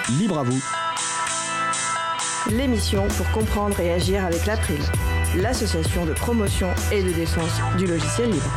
Libre à vous. L'émission pour comprendre et agir avec l'April, l'association de promotion et de défense du logiciel libre.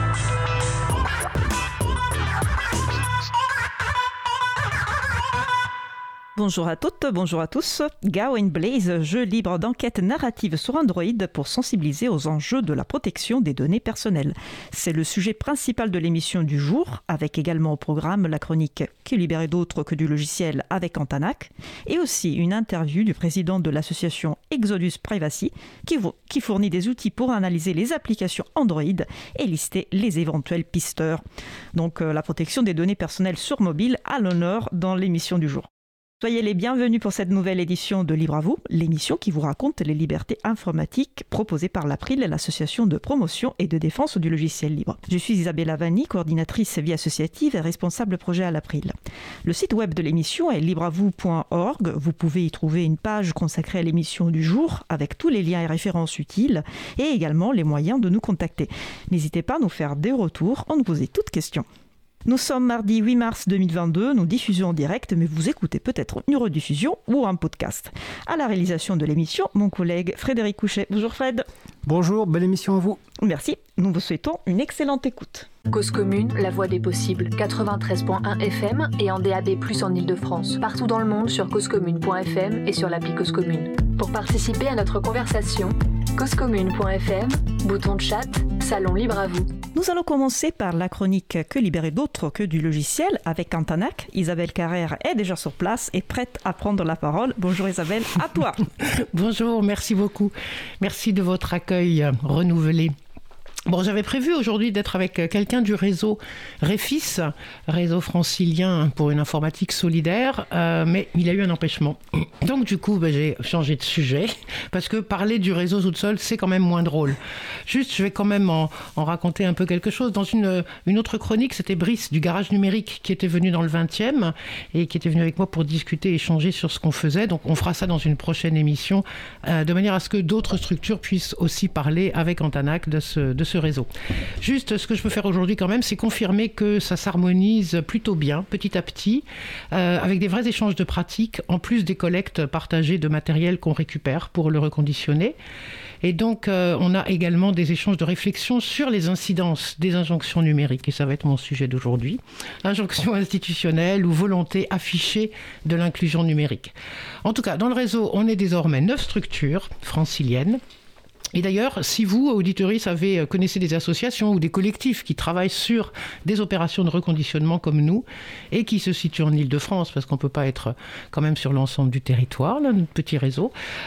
Bonjour à toutes, bonjour à tous. Gawain Blaze, jeu libre d'enquête narrative sur Android pour sensibiliser aux enjeux de la protection des données personnelles. C'est le sujet principal de l'émission du jour, avec également au programme la chronique « Qui libérait d'autres que du logiciel » avec Antanac, et aussi une interview du président de l'association Exodus Privacy qui fournit des outils pour analyser les applications Android et lister les éventuels pisteurs. Donc la protection des données personnelles sur mobile à l'honneur dans l'émission du jour. Soyez les bienvenus pour cette nouvelle édition de Libre à vous, l'émission qui vous raconte les libertés informatiques proposées par l'April, l'association de promotion et de défense du logiciel libre. Je suis Isabella Vanni, coordinatrice vie associative et responsable projet à l'April. Le site web de l'émission est libreavou.org. Vous pouvez y trouver une page consacrée à l'émission du jour avec tous les liens et références utiles et également les moyens de nous contacter. N'hésitez pas à nous faire des retours, à nous poser toutes questions. Nous sommes mardi 8 mars 2022, nous diffusons en direct, mais vous écoutez peut-être une rediffusion ou un podcast. À la réalisation de l'émission, mon collègue Frédéric Couchet. Bonjour Fred. Bonjour, belle émission à vous. Merci, nous vous souhaitons une excellente écoute. Cause commune, la voix des possibles, 93.1 FM et en DAB+, en Ile-de-France. Partout dans le monde sur causecommune.fm et sur l'appli Cause Commune. Pour participer à notre conversation, causecommune.fm, bouton de chat, salon libre à vous. Nous allons commencer par la chronique « Que libérer d'autres que du logiciel » avec Antanac. Isabelle Carrère est déjà sur place et prête à prendre la parole. Bonjour Isabelle, à toi. Bonjour, merci beaucoup. Merci de votre accueil renouvelé. Bon, j'avais prévu aujourd'hui d'être avec quelqu'un du réseau REFIS, réseau francilien pour une informatique solidaire, mais il a eu un empêchement. Donc du coup, j'ai changé de sujet, parce que parler du réseau toute seule, c'est quand même moins drôle. Juste, je vais quand même en raconter un peu quelque chose. Dans une autre chronique, c'était Brice du Garage Numérique qui était venu dans le 20e et qui était venu avec moi pour discuter, échanger sur ce qu'on faisait. Donc on fera ça dans une prochaine émission, de manière à ce que d'autres structures puissent aussi parler avec Antanac de ce réseau. Juste, ce que je peux faire aujourd'hui quand même, c'est confirmer que ça s'harmonise plutôt bien, petit à petit, avec des vrais échanges de pratiques, en plus des collectes partagées de matériel qu'on récupère pour le reconditionner. Et donc, on a également des échanges de réflexion sur les incidences des injonctions numériques, et ça va être mon sujet d'aujourd'hui. Injonctions institutionnelles ou volonté affichée de l'inclusion numérique. En tout cas, dans le réseau, on est désormais 9 structures franciliennes. Et d'ailleurs, si vous, auditeurs, connaissez des associations ou des collectifs qui travaillent sur des opérations de reconditionnement comme nous et qui se situent en Ile-de-France, parce qu'on ne peut pas être quand même sur l'ensemble du territoire, là, notre petit réseau,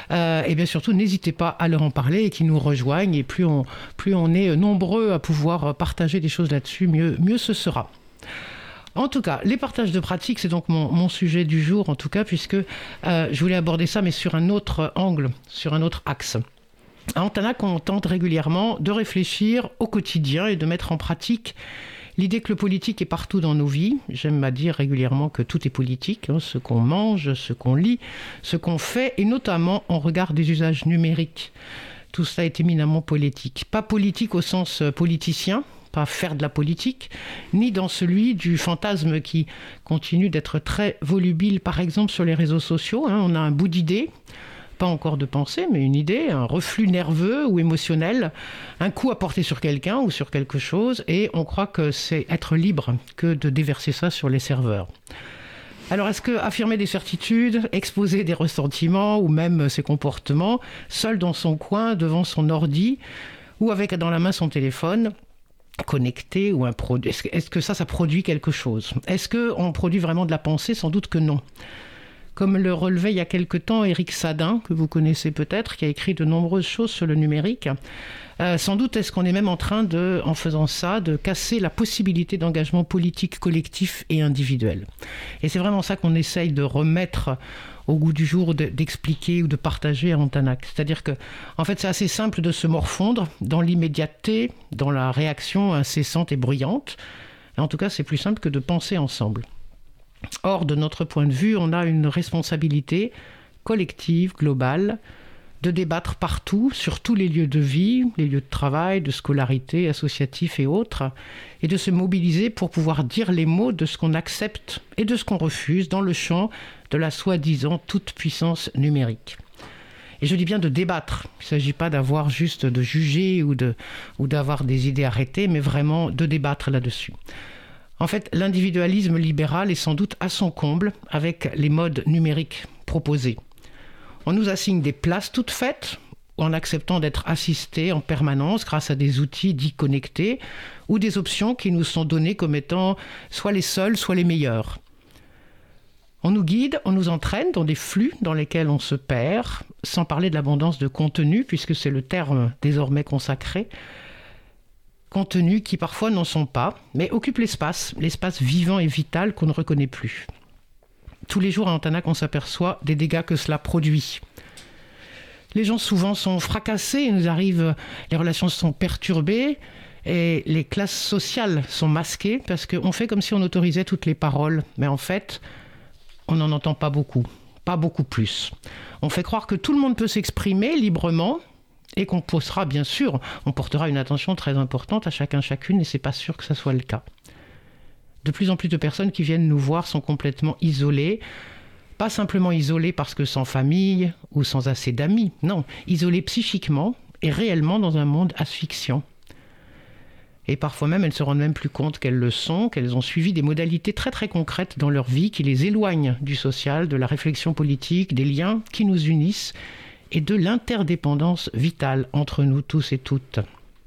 et bien surtout, n'hésitez pas à leur en parler et qu'ils nous rejoignent. Et plus on est nombreux à pouvoir partager des choses là-dessus, mieux ce sera. En tout cas, les partages de pratiques, c'est donc mon sujet du jour, en tout cas, puisque je voulais aborder ça, mais sur un autre angle, sur un autre axe. À Antanac, on tente régulièrement de réfléchir au quotidien et de mettre en pratique l'idée que le politique est partout dans nos vies. J'aime à dire régulièrement que tout est politique, ce qu'on mange, ce qu'on lit, ce qu'on fait, et notamment en regard des usages numériques. Tout cela est éminemment politique. Pas politique au sens politicien, pas faire de la politique, ni dans celui du fantasme qui continue d'être très volubile, par exemple sur les réseaux sociaux. On a un bout d'idée, pas encore de pensée, mais une idée, un reflux nerveux ou émotionnel, un coup à porter sur quelqu'un ou sur quelque chose, et on croit que c'est être libre que de déverser ça sur les serveurs. Alors, est-ce que affirmer des certitudes, exposer des ressentiments ou même ses comportements, seul dans son coin, devant son ordi, ou avec dans la main son téléphone, connecté ou un produit, est-ce que ça produit quelque chose ? Est-ce qu'on produit vraiment de la pensée ? Sans doute que non. Comme le relevait il y a quelque temps Éric Sadin, que vous connaissez peut-être, qui a écrit de nombreuses choses sur le numérique. Sans doute est-ce qu'on est même en train en faisant ça, de casser la possibilité d'engagement politique collectif et individuel. Et c'est vraiment ça qu'on essaye de remettre au goût du jour, d'expliquer ou de partager à Antanac. C'est-à-dire que, en fait, c'est assez simple de se morfondre dans l'immédiateté, dans la réaction incessante et bruyante. Et en tout cas, c'est plus simple que de penser ensemble. Or, de notre point de vue, on a une responsabilité collective, globale, de débattre partout, sur tous les lieux de vie, les lieux de travail, de scolarité, associatifs et autres, et de se mobiliser pour pouvoir dire les mots de ce qu'on accepte et de ce qu'on refuse dans le champ de la soi-disant toute-puissance numérique. Et je dis bien de débattre. Il ne s'agit pas d'avoir juste de juger ou d'avoir des idées arrêtées, mais vraiment de débattre là-dessus. En fait, l'individualisme libéral est sans doute à son comble avec les modes numériques proposés. On nous assigne des places toutes faites, en acceptant d'être assistés en permanence grâce à des outils dits connectés, ou des options qui nous sont données comme étant soit les seules, soit les meilleures. On nous guide, on nous entraîne dans des flux dans lesquels on se perd, sans parler de l'abondance de contenu, puisque c'est le terme désormais consacré. Contenus qui parfois n'en sont pas, mais occupent l'espace vivant et vital qu'on ne reconnaît plus. Tous les jours à Antanac, on s'aperçoit des dégâts que cela produit. Les gens souvent sont fracassés, les relations sont perturbées, et les classes sociales sont masquées, parce qu'on fait comme si on autorisait toutes les paroles, mais en fait, on n'en entend pas beaucoup plus. On fait croire que tout le monde peut s'exprimer librement et qu'on posera, bien sûr, on portera une attention très importante à chacun, chacune, et c'est pas sûr que ça soit le cas. De plus en plus de personnes qui viennent nous voir sont complètement isolées, pas simplement isolées parce que sans famille ou sans assez d'amis, non, isolées psychiquement et réellement dans un monde asphyxiant. Et parfois même, elles se rendent même plus compte qu'elles le sont, qu'elles ont suivi des modalités très très concrètes dans leur vie qui les éloignent du social, de la réflexion politique, des liens qui nous unissent et de l'interdépendance vitale entre nous tous et toutes.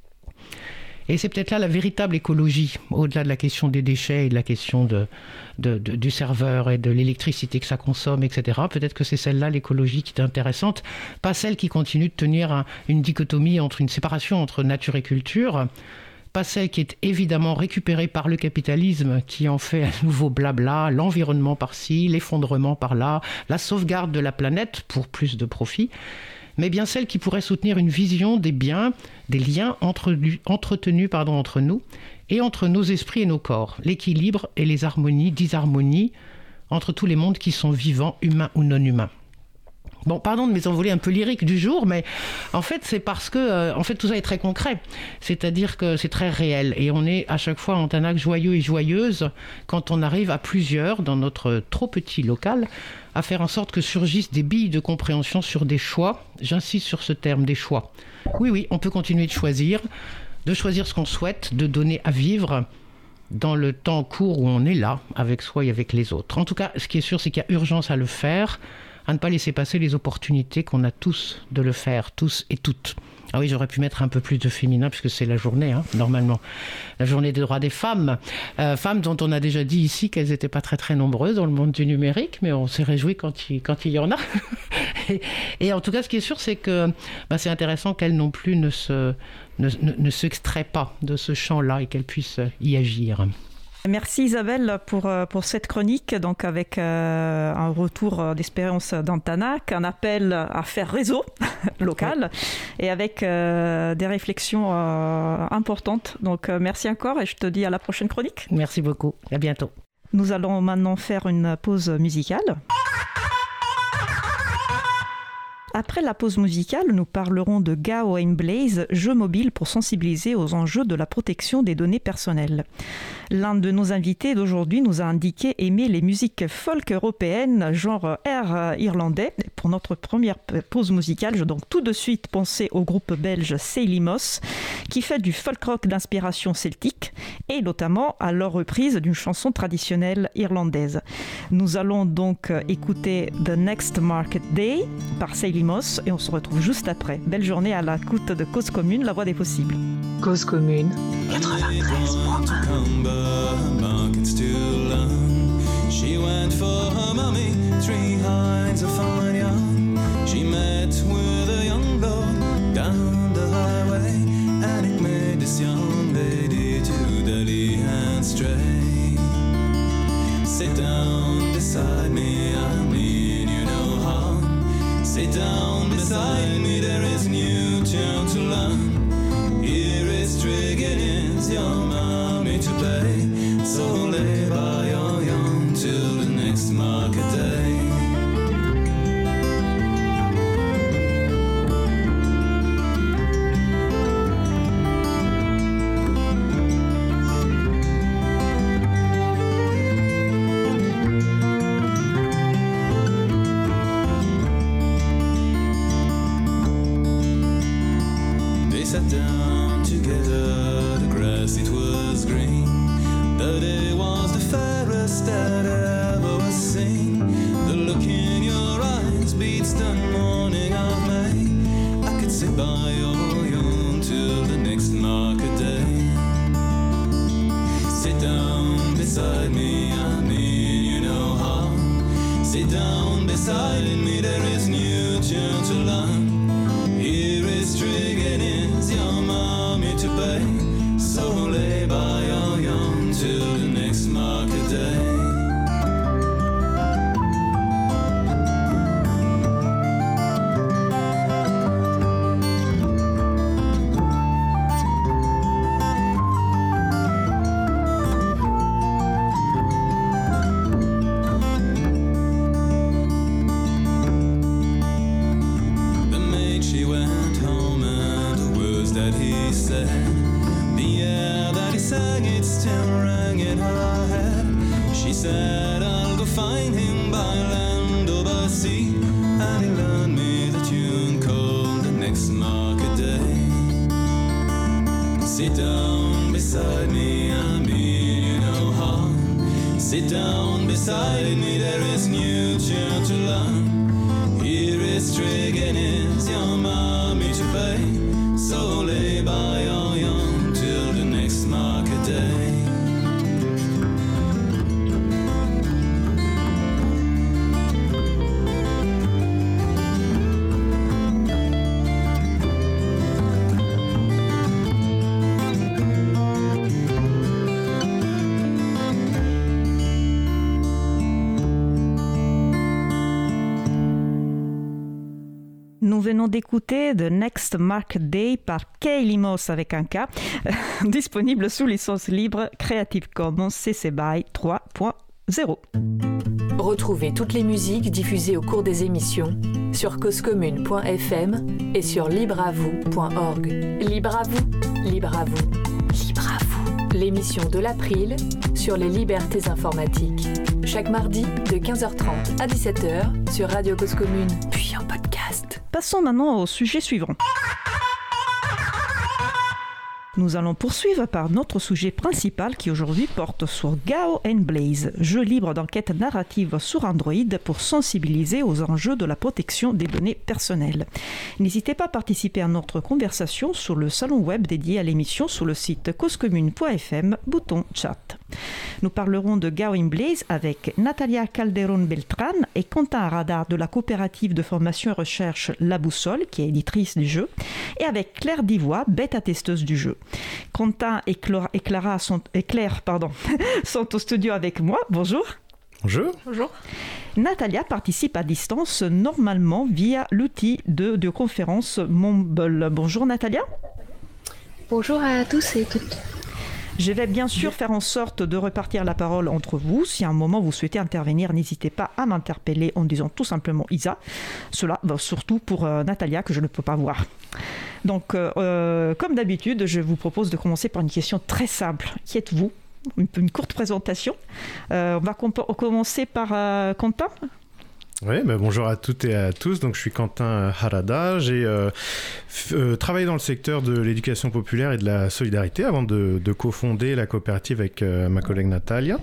Et c'est peut-être là la véritable écologie, au-delà de la question des déchets et de la question du serveur et de l'électricité que ça consomme, etc. Peut-être que c'est celle-là, l'écologie, qui est intéressante, pas celle qui continue de tenir une dichotomie, une séparation entre nature et culture, pas celle qui est évidemment récupérée par le capitalisme, qui en fait un nouveau blabla, l'environnement par-ci, l'effondrement par-là, la sauvegarde de la planète pour plus de profit, mais bien celle qui pourrait soutenir une vision des biens, des liens entretenus entre nous et entre nos esprits et nos corps, l'équilibre et les harmonies, disharmonies entre tous les mondes qui sont vivants, humains ou non humains. Bon, pardon de mes envolées un peu lyriques du jour, mais en fait, c'est parce que tout ça est très concret. C'est-à-dire que c'est très réel. Et on est à chaque fois en Antanac joyeux et joyeuse quand on arrive à plusieurs, dans notre trop petit local, à faire en sorte que surgissent des billes de compréhension sur des choix. J'insiste sur ce terme, des choix. Oui, on peut continuer de choisir ce qu'on souhaite, de donner à vivre dans le temps court où on est là, avec soi et avec les autres. En tout cas, ce qui est sûr, c'est qu'il y a urgence à le faire, à ne pas laisser passer les opportunités qu'on a tous de le faire, tous et toutes. Ah oui, j'aurais pu mettre un peu plus de féminin, puisque c'est la journée, normalement. La journée des droits des femmes. Femmes dont on a déjà dit ici qu'elles n'étaient pas très très nombreuses dans le monde du numérique, mais on s'est réjouis quand il y en a. et en tout cas, ce qui est sûr, c'est que c'est intéressant qu'elles non plus ne s'extraient pas de ce champ-là et qu'elles puissent y agir. Merci Isabelle pour cette chronique, donc avec un retour d'expérience d'Antanac, un appel à faire réseau local et avec des réflexions importantes. Donc merci encore et je te dis à la prochaine chronique. Merci beaucoup, à bientôt. Nous allons maintenant faire une pause musicale. Après la pause musicale, nous parlerons de Gao and Blaze, jeu mobile pour sensibiliser aux enjeux de la protection des données personnelles. L'un de nos invités d'aujourd'hui nous a indiqué aimer les musiques folk européennes, genre air irlandais. Pour notre première pause musicale, je donc tout de suite pensé au groupe belge Seilimos, qui fait du folk rock d'inspiration celtique, et notamment à leur reprise d'une chanson traditionnelle irlandaise. Nous allons donc écouter The Next Market Day par Seilimos, et on se retrouve juste après. Belle journée à l'écoute de Cause Commune, la voix des possibles. Cause Commune 93.1. She went for her mummy, 3 hinds of fine young. She met with a young lord down the highway, and it made this young lady to dally and stray. Sit down beside me, I mean you no harm. Sit down beside me, there is new tune to learn. Here is Triggins, your mommy to play. So lay by your young till the next market day. down beside me, there is new tune to learn. Here is Triggin, your mommy to pay. So lay by your young till the next market day. Said I'll go find him by land or by sea, and he learned me the tune called the next market day. Sit down beside me, I mean you no harm. Sit down beside me, there is new tune to learn. Here is Triggin, is your mommy to pay. So lay by your young till the next market day. Nous venons d'écouter The Next Market Day par Kay Moss avec un K, disponible sous licence libre Creative Commons CC BY 3.0. Retrouvez toutes les musiques diffusées au cours des émissions sur causecommune.fm et sur libreavou.org. Libre à vous, libre à vous, libre à vous. L'émission de l'April sur les libertés informatiques. Chaque mardi de 15h30 à 17h sur Radio Cause Commune, puis en podcast. Passons maintenant au sujet suivant. Nous allons poursuivre par notre sujet principal qui aujourd'hui porte sur Gao & Blaze, jeu libre d'enquête narrative sur Android pour sensibiliser aux enjeux de la protection des données personnelles. N'hésitez pas à participer à notre conversation sur le salon web dédié à l'émission sur le site causecommune.fm, bouton chat. Nous parlerons de Gao & Blaze avec Natalia Calderon-Beltran et Quentin Aradar de la coopérative de formation et recherche La Boussole, qui est éditrice du jeu, et avec Claire Divois, bêta-testeuse du jeu. Quentin et Claire sont au studio avec moi. Bonjour. Bonjour. Bonjour. Natalia participe à distance normalement via l'outil de conférence Mumble. Bonjour Natalia. Bonjour à tous et toutes. Je vais bien sûr faire en sorte de repartir la parole entre vous. Si à un moment vous souhaitez intervenir, n'hésitez pas à m'interpeller en disant tout simplement Isa. Cela va surtout pour Natalia que je ne peux pas voir. Donc, comme d'habitude, je vous propose de commencer par une question très simple. Qui êtes-vous ? Une courte présentation. On va commencer par Quentin. Oui, bonjour à toutes et à tous. Donc, je suis Quentin Harada. J'ai travaillé dans le secteur de l'éducation populaire et de la solidarité avant de cofonder la coopérative avec ma collègue Natalia.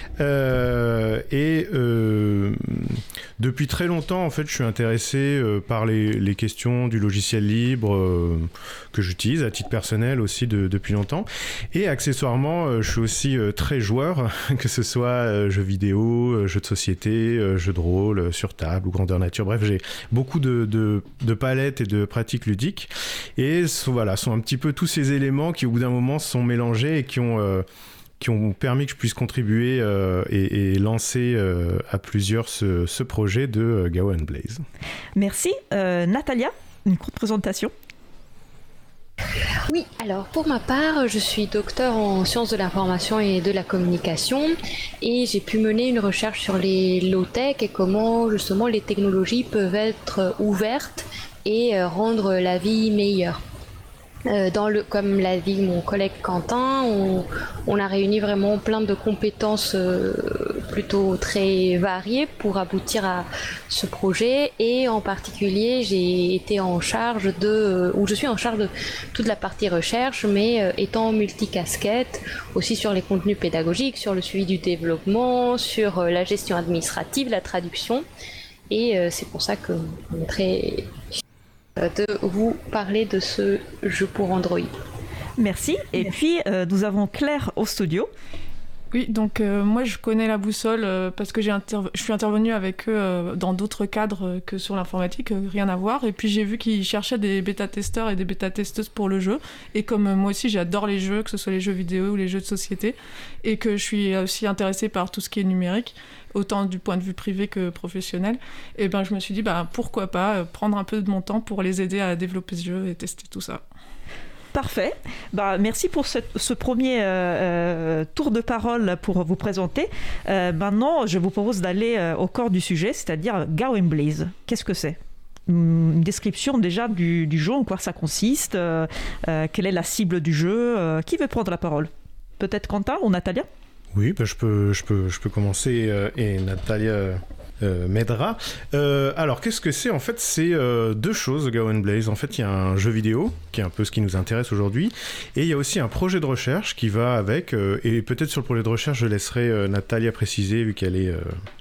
Depuis très longtemps, en fait, je suis intéressé par les questions du logiciel libre que j'utilise à titre personnel aussi depuis longtemps. Et accessoirement, je suis aussi très joueur, que ce soit jeux vidéo, jeux de société, jeux de rôle, sur table ou grandeur nature. Bref, j'ai beaucoup de palettes et de pratiques ludiques. Et sont un petit peu tous ces éléments qui, au bout d'un moment, se sont mélangés et qui ont permis que je puisse contribuer et lancer à plusieurs ce projet de Gao & Blaze. Merci. Natalia, une courte présentation. Oui, alors pour ma part, je suis docteur en sciences de l'information et de la communication et j'ai pu mener une recherche sur les low-tech et comment justement les technologies peuvent être ouvertes et rendre la vie meilleure. Comme l'a dit mon collègue Quentin, on a réuni vraiment plein de compétences plutôt très variées pour aboutir à ce projet et en particulier je suis en charge de toute la partie recherche mais étant multicasquette aussi sur les contenus pédagogiques, sur le suivi du développement, sur la gestion administrative, la traduction et c'est pour ça que on est très de vous parler de ce jeu pour Android. Merci. Et puis, nous avons Claire au studio. Oui, donc moi je connais la boussole parce que je suis intervenue avec eux dans d'autres cadres que sur l'informatique, rien à voir. Et puis j'ai vu qu'ils cherchaient des bêta-testeurs et des bêta-testeuses pour le jeu. Et comme moi aussi j'adore les jeux, que ce soit les jeux vidéo ou les jeux de société, et que je suis aussi intéressée par tout ce qui est numérique, autant du point de vue privé que professionnel, et ben je me suis dit pourquoi pas prendre un peu de mon temps pour les aider à développer ce jeu et tester tout ça. Parfait. Merci pour ce premier tour de parole pour vous présenter. Maintenant, je vous propose d'aller au corps du sujet, c'est-à-dire Gawain Blaze. Qu'est-ce que c'est ? Une description déjà du jeu, en quoi ça consiste, quelle est la cible du jeu. Qui veut prendre la parole ? Peut-être Quentin ou Natalia ? Oui, je peux commencer et Natalia m'aidera. Alors, qu'est-ce que c'est ? En fait, c'est deux choses, Gawain Blaze. En fait, il y a un jeu vidéo, qui est un peu ce qui nous intéresse aujourd'hui, et il y a aussi un projet de recherche qui va avec, et peut-être sur le projet de recherche, je laisserai Natalia préciser, vu qu'elle est...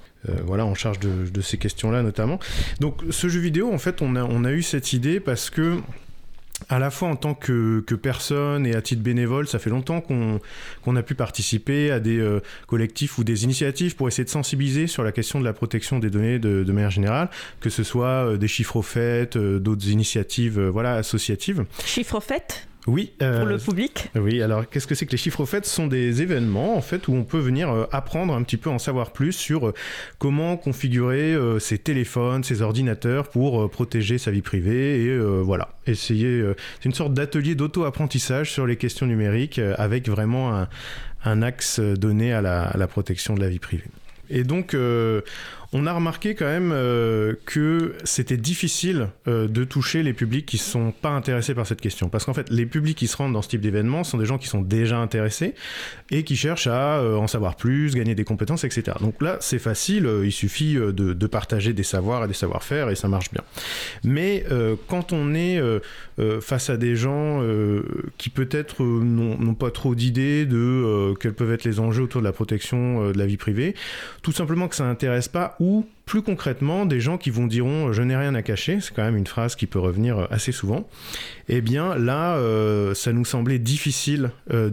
en charge de ces questions-là notamment. Donc ce jeu vidéo, en fait, on a eu cette idée parce que à la fois en tant que personne et à titre bénévole, ça fait longtemps qu'on a pu participer à des collectifs ou des initiatives pour essayer de sensibiliser sur la question de la protection des données de manière générale, que ce soit des chiffres au fait, d'autres initiatives associatives. Chiffres au fait ? Oui. Pour le public. Oui, alors qu'est-ce que c'est que les chiffres au fait ? Ce sont des événements en fait, où on peut venir apprendre un petit peu, en savoir plus sur comment configurer ses téléphones, ses ordinateurs pour protéger sa vie privée et essayer... c'est une sorte d'atelier d'auto-apprentissage sur les questions numériques avec vraiment un axe donné à la protection de la vie privée. Et donc, on a remarqué quand même que c'était difficile de toucher les publics qui ne sont pas intéressés par cette question. Parce qu'en fait, les publics qui se rendent dans ce type d'événement sont des gens qui sont déjà intéressés et qui cherchent à en savoir plus, gagner des compétences, etc. Donc là, c'est facile, il suffit de partager des savoirs et des savoir-faire et ça marche bien. Mais quand on est face à des gens qui peut-être n'ont pas trop d'idées de quels peuvent être les enjeux autour de la protection de la vie privée, tout simplement que ça n'intéresse pas, ou plus concrètement des gens qui diront je n'ai rien à cacher, c'est quand même une phrase qui peut revenir assez souvent, et bien là ça nous semblait difficile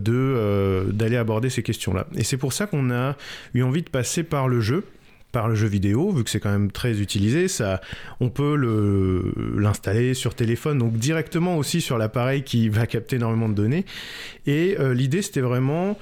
d'aller aborder ces questions-là. Et c'est pour ça qu'on a eu envie de passer par le jeu vidéo, vu que c'est quand même très utilisé. On peut l'installer sur téléphone, donc directement aussi sur l'appareil qui va capter énormément de données. Et l'idée, c'était vraiment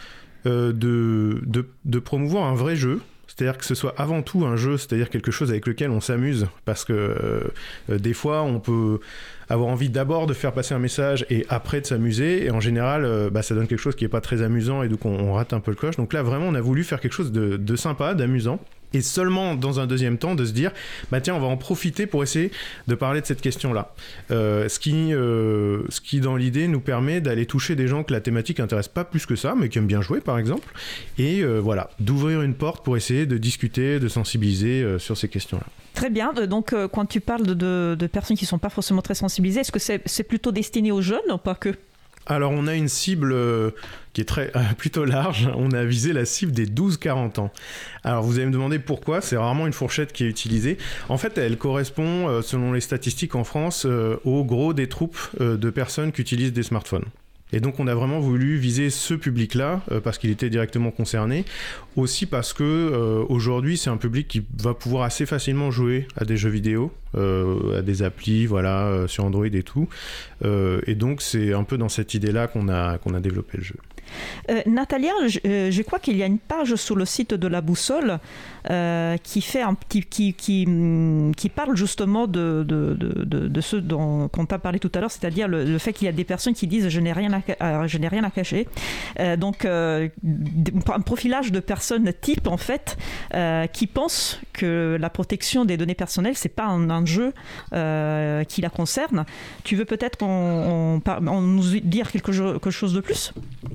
de promouvoir un vrai jeu, c'est-à-dire que ce soit avant tout un jeu, c'est-à-dire quelque chose avec lequel on s'amuse, parce que des fois, on peut avoir envie d'abord de faire passer un message et après de s'amuser, et en général, ça donne quelque chose qui n'est pas très amusant, et donc on rate un peu le coche. Donc là, vraiment, on a voulu faire quelque chose de sympa, d'amusant, et seulement dans un deuxième temps de se dire tiens, on va en profiter pour essayer de parler de cette question-là, ce qui dans l'idée nous permet d'aller toucher des gens que la thématique n'intéresse pas plus que ça, mais qui aiment bien jouer par exemple, et d'ouvrir une porte pour essayer de discuter, de sensibiliser sur ces questions-là. Très bien, donc quand tu parles de personnes qui ne sont pas forcément très sensibilisées, est-ce que c'est plutôt destiné aux jeunes ou pas que ? Alors on a une cible qui est plutôt large, on a visé la cible des 12-40 ans. Alors vous allez me demander pourquoi, c'est rarement une fourchette qui est utilisée. En fait, elle correspond, selon les statistiques en France, au gros des troupes de personnes qui utilisent des smartphones. Et donc on a vraiment voulu viser ce public-là parce qu'il était directement concerné, aussi parce que aujourd'hui c'est un public qui va pouvoir assez facilement jouer à des jeux vidéo, à des applis, sur Android et tout. Et donc c'est un peu dans cette idée-là qu'on a développé le jeu. Natalia, je crois qu'il y a une page sur le site de la Boussole qui fait qui parle justement de ce dont on a parlé tout à l'heure, c'est-à-dire le fait qu'il y a des personnes qui disent je n'ai rien à cacher. Donc un profilage de personnes type en fait qui pensent que la protection des données personnelles c'est pas un jeu qui la concerne. Tu veux peut-être nous dire quelque chose de plus ?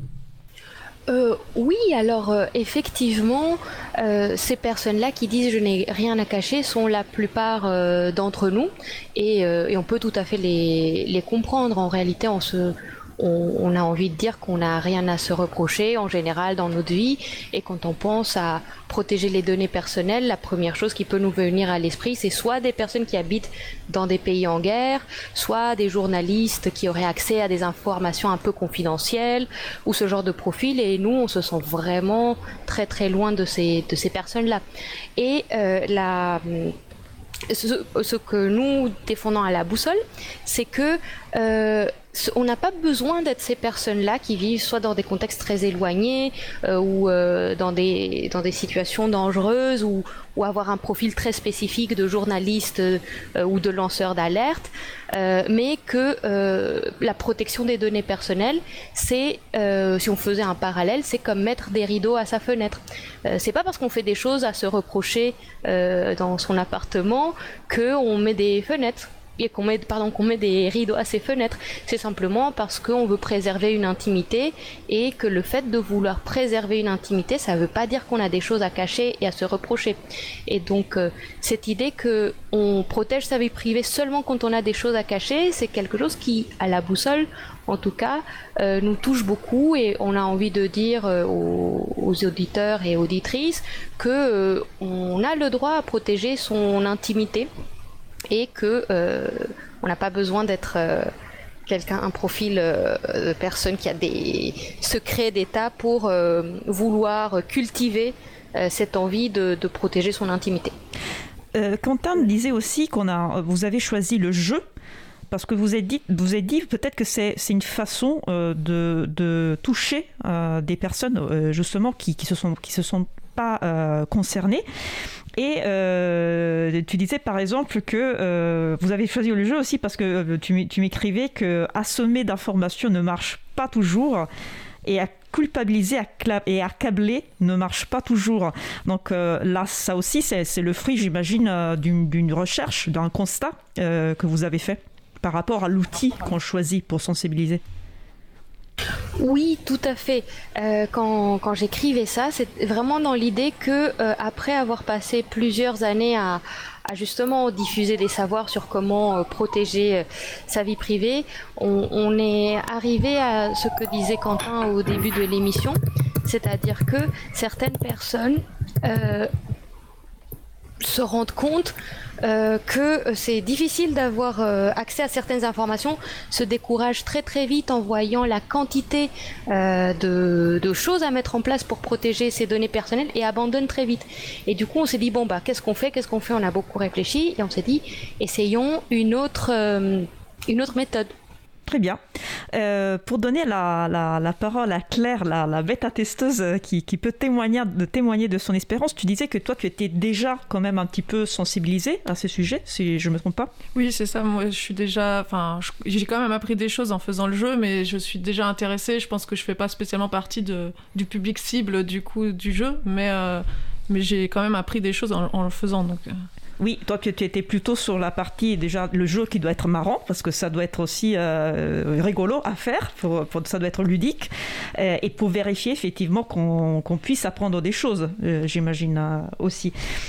Oui, alors effectivement, ces personnes-là qui disent je n'ai rien à cacher sont la plupart d'entre nous et on peut tout à fait les comprendre. En réalité, on a envie de dire qu'on n'a rien à se reprocher en général dans notre vie, et quand on pense à protéger les données personnelles, la première chose qui peut nous venir à l'esprit, c'est soit des personnes qui habitent dans des pays en guerre, soit des journalistes qui auraient accès à des informations un peu confidentielles, ou ce genre de profil, et nous on se sent vraiment très très loin de ces personnes-là. Et ce que nous défendons à la boussole, c'est que on n'a pas besoin d'être ces personnes-là qui vivent soit dans des contextes très éloignés ou dans des situations dangereuses, ou avoir un profil très spécifique de journaliste ou de lanceur d'alerte, mais que la protection des données personnelles, c'est, si on faisait un parallèle, c'est comme mettre des rideaux à sa fenêtre. C'est pas parce qu'on fait des choses à se reprocher dans son appartement qu'on met des fenêtres. Et qu'on met des rideaux à ses fenêtres. C'est simplement parce qu'on veut préserver une intimité, et que le fait de vouloir préserver une intimité, ça veut pas dire qu'on a des choses à cacher et à se reprocher. Et donc cette idée qu'on protège sa vie privée seulement quand on a des choses à cacher, c'est quelque chose qui, à la boussole en tout cas, nous touche beaucoup, et on a envie de dire aux auditeurs et auditrices que on a le droit à protéger son intimité, et que on n'a pas besoin d'être un profil de personne qui a des secrets d'État pour vouloir cultiver cette envie de protéger son intimité. Quentin disait aussi vous avez choisi le jeu parce que vous avez dit peut-être que c'est une façon de toucher des personnes justement qui se sont pas concernées. Et tu disais par exemple que vous avez choisi le jeu aussi parce que tu m'écrivais que assommer d'informations ne marche pas toujours, et à culpabiliser et accabler ne marche pas toujours. Donc là, ça aussi, c'est le fruit, j'imagine, d'une recherche, d'un constat que vous avez fait par rapport à l'outil qu'on choisit pour sensibiliser. Oui, tout à fait. Quand j'écrivais ça, c'est vraiment dans l'idée que après avoir passé plusieurs années à justement diffuser des savoirs sur comment protéger sa vie privée, on est arrivé à ce que disait Quentin au début de l'émission, c'est-à-dire que certaines personnes se rendent compte que c'est difficile d'avoir accès à certaines informations, se découragent très très vite en voyant la quantité de choses à mettre en place pour protéger ses données personnelles, et abandonnent très vite. Et du coup on s'est dit qu'est-ce qu'on fait? On a beaucoup réfléchi, et on s'est dit essayons une autre méthode. Très bien. Pour donner la parole à Claire, la bêta-testeuse qui peut témoigner de son expérience, tu disais que toi, tu étais déjà quand même un petit peu sensibilisée à ces sujets, si je ne me trompe pas. Oui, c'est ça. Moi, j'ai quand même appris des choses en faisant le jeu, mais je suis déjà intéressée. Je pense que je ne fais pas spécialement partie du public cible du jeu, mais j'ai quand même appris des choses en le faisant. Donc. Oui, toi tu étais plutôt sur la partie déjà le jeu qui doit être marrant parce que ça doit être aussi rigolo à faire, ça doit être ludique et pour vérifier effectivement qu'on puisse apprendre des choses, j'imagine aussi.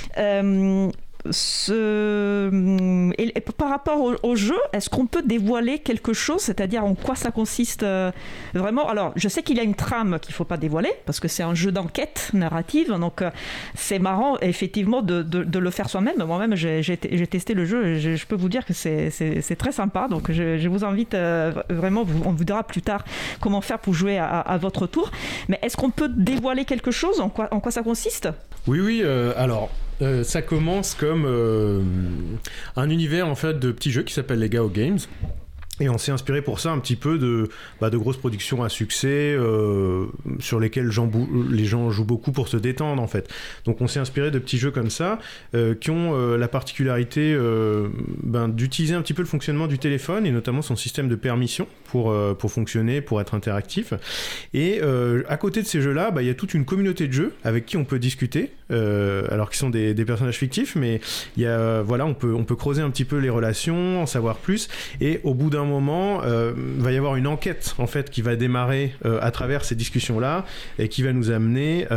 Et par rapport au jeu, est-ce qu'on peut dévoiler quelque chose, c'est-à-dire en quoi ça consiste vraiment? Alors, je sais qu'il y a une trame qu'il ne faut pas dévoiler, parce que c'est un jeu d'enquête narrative, donc c'est marrant effectivement de le faire soi-même. Moi-même, j'ai testé le jeu, et je peux vous dire que c'est très sympa, donc je vous invite vraiment, on vous dira plus tard comment faire pour jouer à votre tour. Mais est-ce qu'on peut dévoiler quelque chose, en quoi ça consiste? Oui, alors... ça commence comme un univers en fait de petits jeux qui s'appelle les Gao Games. Et on s'est inspiré pour ça un petit peu de grosses productions à succès sur lesquelles les gens jouent beaucoup pour se détendre en fait. Donc on s'est inspiré de petits jeux comme ça qui ont la particularité d'utiliser un petit peu le fonctionnement du téléphone et notamment son système de permission pour fonctionner, pour être interactif. Et à côté de ces jeux-là, il y a toute une communauté de jeux avec qui on peut discuter, alors qu'ils sont des personnages fictifs, mais il y a, on peut creuser un petit peu les relations, en savoir plus, et au bout d'un moment, va y avoir une enquête en fait qui va démarrer à travers ces discussions-là et qui va nous amener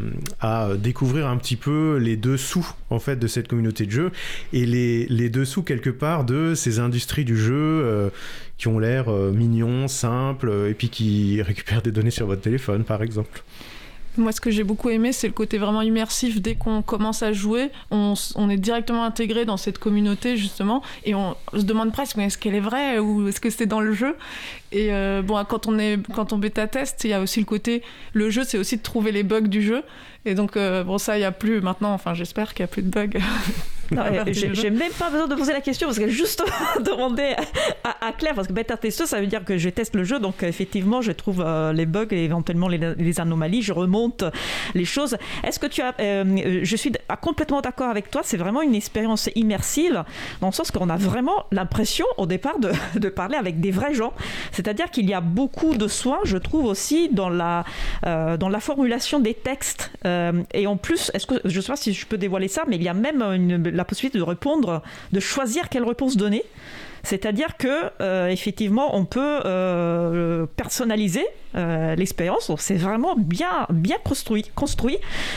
à découvrir un petit peu les dessous en fait de cette communauté de jeu et les dessous quelque part de ces industries du jeu qui ont l'air mignons, simples et puis qui récupèrent des données sur votre téléphone par exemple. Moi, ce que j'ai beaucoup aimé, c'est le côté vraiment immersif. Dès qu'on commence à jouer, on est directement intégré dans cette communauté, justement, et on se demande presque, mais est-ce qu'elle est vraie ou est-ce que c'est dans le jeu ? Et quand on bêta-teste, il y a aussi le côté... Le jeu, c'est aussi de trouver les bugs du jeu. Et donc, ça, il n'y a plus maintenant. Enfin, j'espère qu'il n'y a plus de bugs. Non, j'ai même pas besoin de poser la question parce que juste demander à Claire, parce que bêta-testeuse, ça veut dire que je teste le jeu, donc effectivement, je trouve les bugs et éventuellement les anomalies, je remonte les choses. Est-ce que tu as... je suis complètement d'accord avec toi, c'est vraiment une expérience immersive, dans le sens qu'on a vraiment l'impression, au départ, de parler avec des vrais gens. C'est-à-dire qu'il y a beaucoup de soin, je trouve aussi, dans la formulation des textes. Et en plus, je ne sais pas si je peux dévoiler ça, mais il y a même la possibilité de répondre, de choisir quelle réponse donner. C'est-à-dire que effectivement, on peut personnaliser l'expérience. Donc, c'est vraiment bien construit.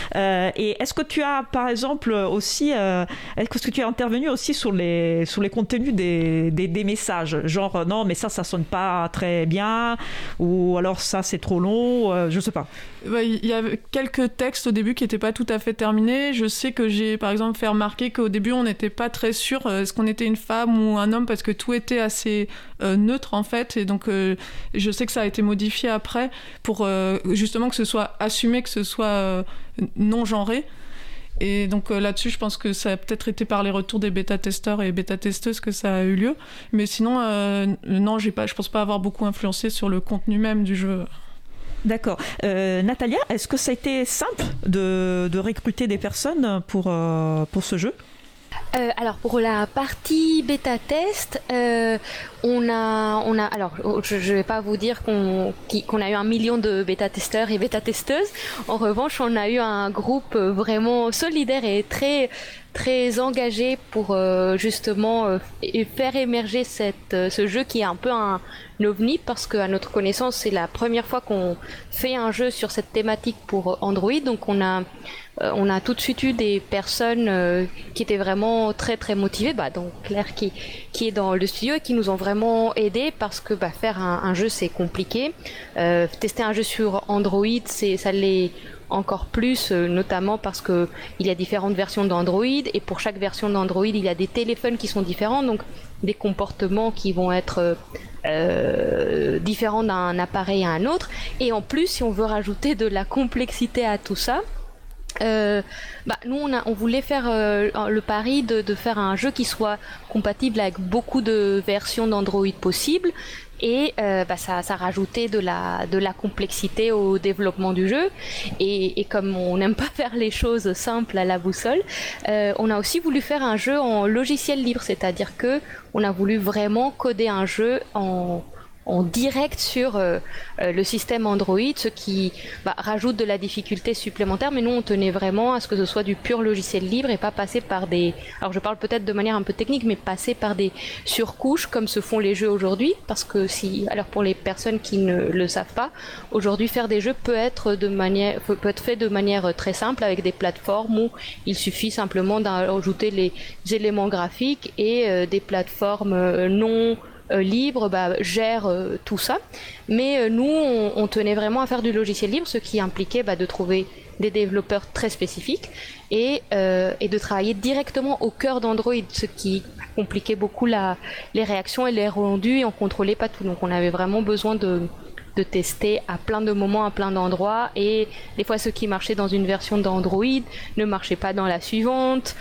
Et est-ce que tu as, par exemple, aussi, est-ce que tu as intervenu aussi sur les contenus des messages, genre non, mais ça sonne pas très bien, ou alors ça c'est trop long, je sais pas. Il y avait quelques textes au début qui n'étaient pas tout à fait terminés. Je sais que j'ai par exemple fait remarquer qu'au début on n'était pas très sûr est-ce qu'on était une femme ou un homme, parce que tout était assez neutre en fait, et donc je sais que ça a été modifié après pour justement que ce soit assumé, que ce soit non genré. Et donc là-dessus, je pense que ça a peut-être été par les retours des bêta-testeurs et bêta-testeuses que ça a eu lieu. Mais sinon, non, je pense pas avoir beaucoup influencé sur le contenu même du jeu. D'accord. Natalia, est-ce que ça a été simple de recruter des personnes pour ce jeu ? Alors pour la partie bêta-test, on a alors je vais pas vous dire qu'on a eu 1 million de bêta-testeurs et bêta-testeuses. En revanche, on a eu un groupe vraiment solidaire et très engagé pour justement faire émerger ce jeu qui est un peu un ovni, parce qu'à notre connaissance, c'est la première fois qu'on fait un jeu sur cette thématique pour Android. Donc on a tout de suite eu des personnes qui étaient vraiment très très motivées, donc Claire qui est dans le studio et qui nous ont vraiment aidés, parce que faire un jeu c'est compliqué. Tester un jeu sur Android, ça l'est encore plus, notamment parce que il y a différentes versions d'Android, et pour chaque version d'Android il y a des téléphones qui sont différents, donc des comportements qui vont être différents d'un appareil à un autre. Et en plus, si on veut rajouter de la complexité à tout ça, nous on voulait faire le pari de faire un jeu qui soit compatible avec beaucoup de versions d'Android possibles, et ça rajoutait de la complexité au développement du jeu, et comme on n'aime pas faire les choses simples à la boussole, on a aussi voulu faire un jeu en logiciel libre, c'est-à-dire que on a voulu vraiment coder un jeu en direct sur le système Android, ce qui rajoute de la difficulté supplémentaire, mais nous on tenait vraiment à ce que ce soit du pur logiciel libre et pas passer par alors je parle peut-être de manière un peu technique, mais passer par des surcouches comme se font les jeux aujourd'hui, parce que alors pour les personnes qui ne le savent pas, aujourd'hui faire des jeux peut être fait de manière très simple, avec des plateformes où il suffit simplement d'ajouter les éléments graphiques, et des plateformes non libre gère tout ça, mais nous on tenait vraiment à faire du logiciel libre, ce qui impliquait de trouver des développeurs très spécifiques et de travailler directement au cœur d'Android, ce qui compliquait beaucoup les réactions et les rendus, et on contrôlait pas tout, donc on avait vraiment besoin de tester à plein de moments, à plein d'endroits, et des fois ce qui marchait dans une version d'Android ne marchait pas dans la suivante,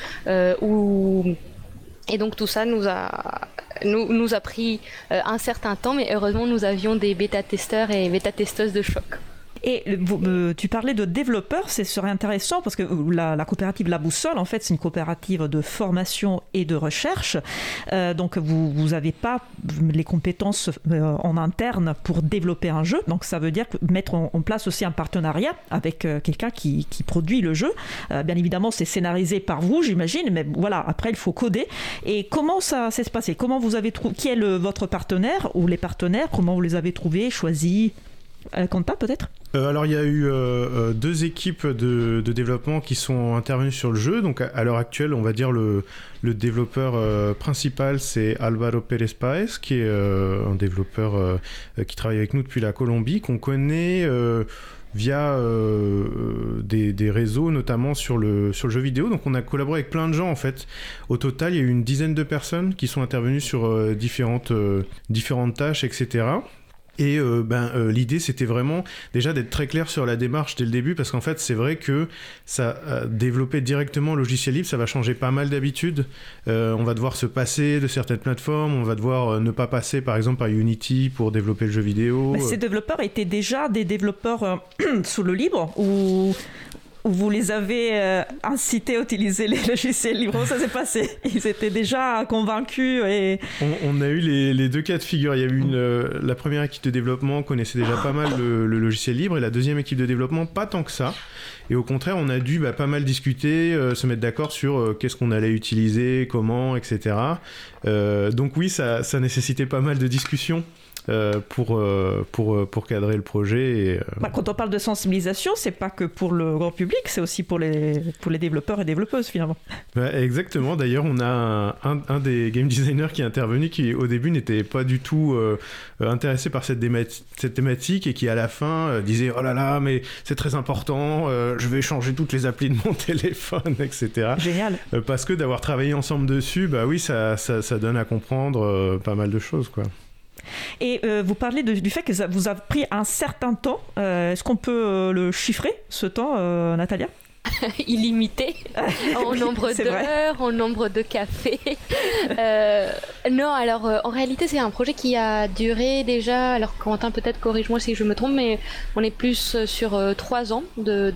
et donc tout ça nous a pris un certain temps, mais heureusement nous avions des bêta-testeurs et bêta-testeuses de choc. Et tu parlais de développeurs, ce serait intéressant parce que la coopérative La Boussole, en fait, c'est une coopérative de formation et de recherche. Donc, vous n'avez pas les compétences en interne pour développer un jeu. Donc, ça veut dire mettre en place aussi un partenariat avec quelqu'un qui produit le jeu. Bien évidemment, c'est scénarisé par vous, j'imagine, mais voilà, après, il faut coder. Et comment ça s'est passé? Comment vous avez trouvé? Qui est votre partenaire ou les partenaires? Comment vous les avez trouvés, choisis? Quentin, peut-être? Alors, il y a eu 2 équipes de développement qui sont intervenues sur le jeu. Donc, à l'heure actuelle, on va dire le développeur principal, c'est Álvaro Pérez Páez, qui est un développeur qui travaille avec nous depuis la Colombie, qu'on connaît via des réseaux, notamment sur le jeu vidéo. Donc, on a collaboré avec plein de gens, en fait. Au total, il y a eu une dizaine de personnes qui sont intervenues sur différentes tâches, etc. Et l'idée, c'était vraiment déjà d'être très clair sur la démarche dès le début, parce qu'en fait, c'est vrai que ça développer directement le logiciel libre, ça va changer pas mal d'habitudes. On va devoir se passer de certaines plateformes, on va devoir ne pas passer, par exemple, par Unity pour développer le jeu vidéo. Mais ces développeurs étaient déjà des développeurs sous le libre ou vous les avez incités à utiliser les logiciels libres? Comment ça s'est passé? Ils étaient déjà convaincus et... On a eu les 2 cas de figure. Il y a eu la première équipe de développement connaissait déjà pas mal le logiciel libre, et la deuxième équipe de développement pas tant que ça. Et au contraire, on a dû pas mal discuter, se mettre d'accord sur qu'est-ce qu'on allait utiliser, comment, etc. Donc oui, ça nécessitait pas mal de discussions. Pour cadrer le projet. Et, quand on parle de sensibilisation, c'est pas que pour le grand public, c'est aussi pour les développeurs et développeuses finalement. Exactement. D'ailleurs, on a un des game designers qui est intervenu, qui au début n'était pas du tout intéressé par cette thématique, et qui à la fin disait « Oh là là, mais c'est très important, je vais changer toutes les applis de mon téléphone, etc. » Génial. Parce que d'avoir travaillé ensemble dessus, oui, ça donne à comprendre pas mal de choses, quoi. Et vous parlez du fait que ça vous a pris un certain temps. Est-ce qu'on peut le chiffrer, ce temps, Natalia? Illimité, en nombre d'heures, en nombre de cafés. Non, alors en réalité c'est un projet qui a duré déjà, alors Quentin peut-être corrige-moi si je me trompe, mais on est plus sur 3 ans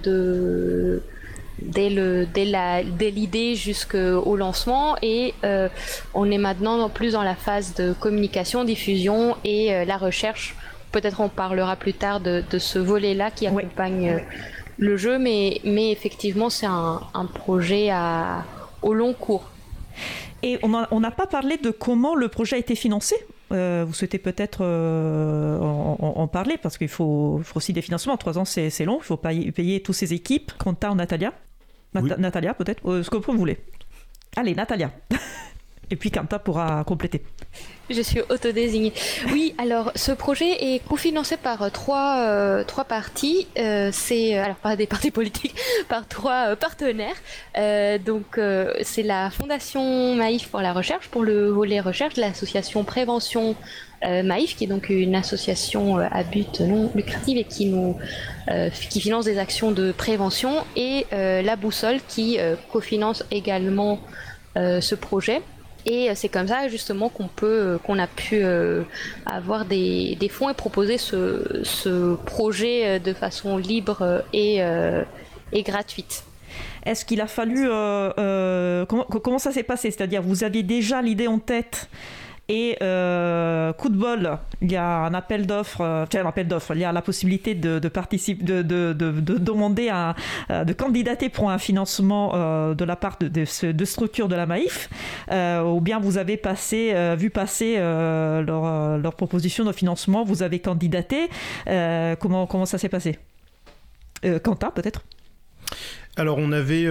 dès l'idée jusqu'au lancement, et on est maintenant plus dans la phase de communication, diffusion et la recherche. Peut-être on parlera plus tard de ce volet-là qui accompagne le jeu, mais effectivement c'est un projet au long cours. Et on n'a pas parlé de comment le projet a été financé. Vous souhaitez peut-être en parler, parce qu'il faut aussi des financements. 3 ans, c'est long, il faut payer toutes ces équipes. Quentin ou Natalia? Oui. Natalia, peut-être, ce que vous voulez. Allez, Natalia. Et puis Quentin pourra compléter. Je suis autodésignée. Oui, alors ce projet est cofinancé par trois parties. Alors pas des partis politiques, par 3 partenaires. C'est la Fondation Maïf pour la recherche, pour le volet recherche, l'association Prévention Maïf, qui est donc une association à but non lucratif et qui finance des actions de prévention, et La Boussole qui cofinance également ce projet. Et c'est comme ça justement qu'on a pu avoir des fonds et proposer ce projet de façon libre et gratuite. Est-ce qu'il a fallu... comment ça s'est passé? C'est-à-dire, vous aviez déjà l'idée en tête, et coup de bol, il y a un appel d'offres, il y a la possibilité de participer, de demander de candidater pour un financement de la part de structures de la Maïf, ou bien vous avez vu passer leur proposition de financement, vous avez candidaté. Comment ça s'est passé? Quentin, peut-être? Alors on avait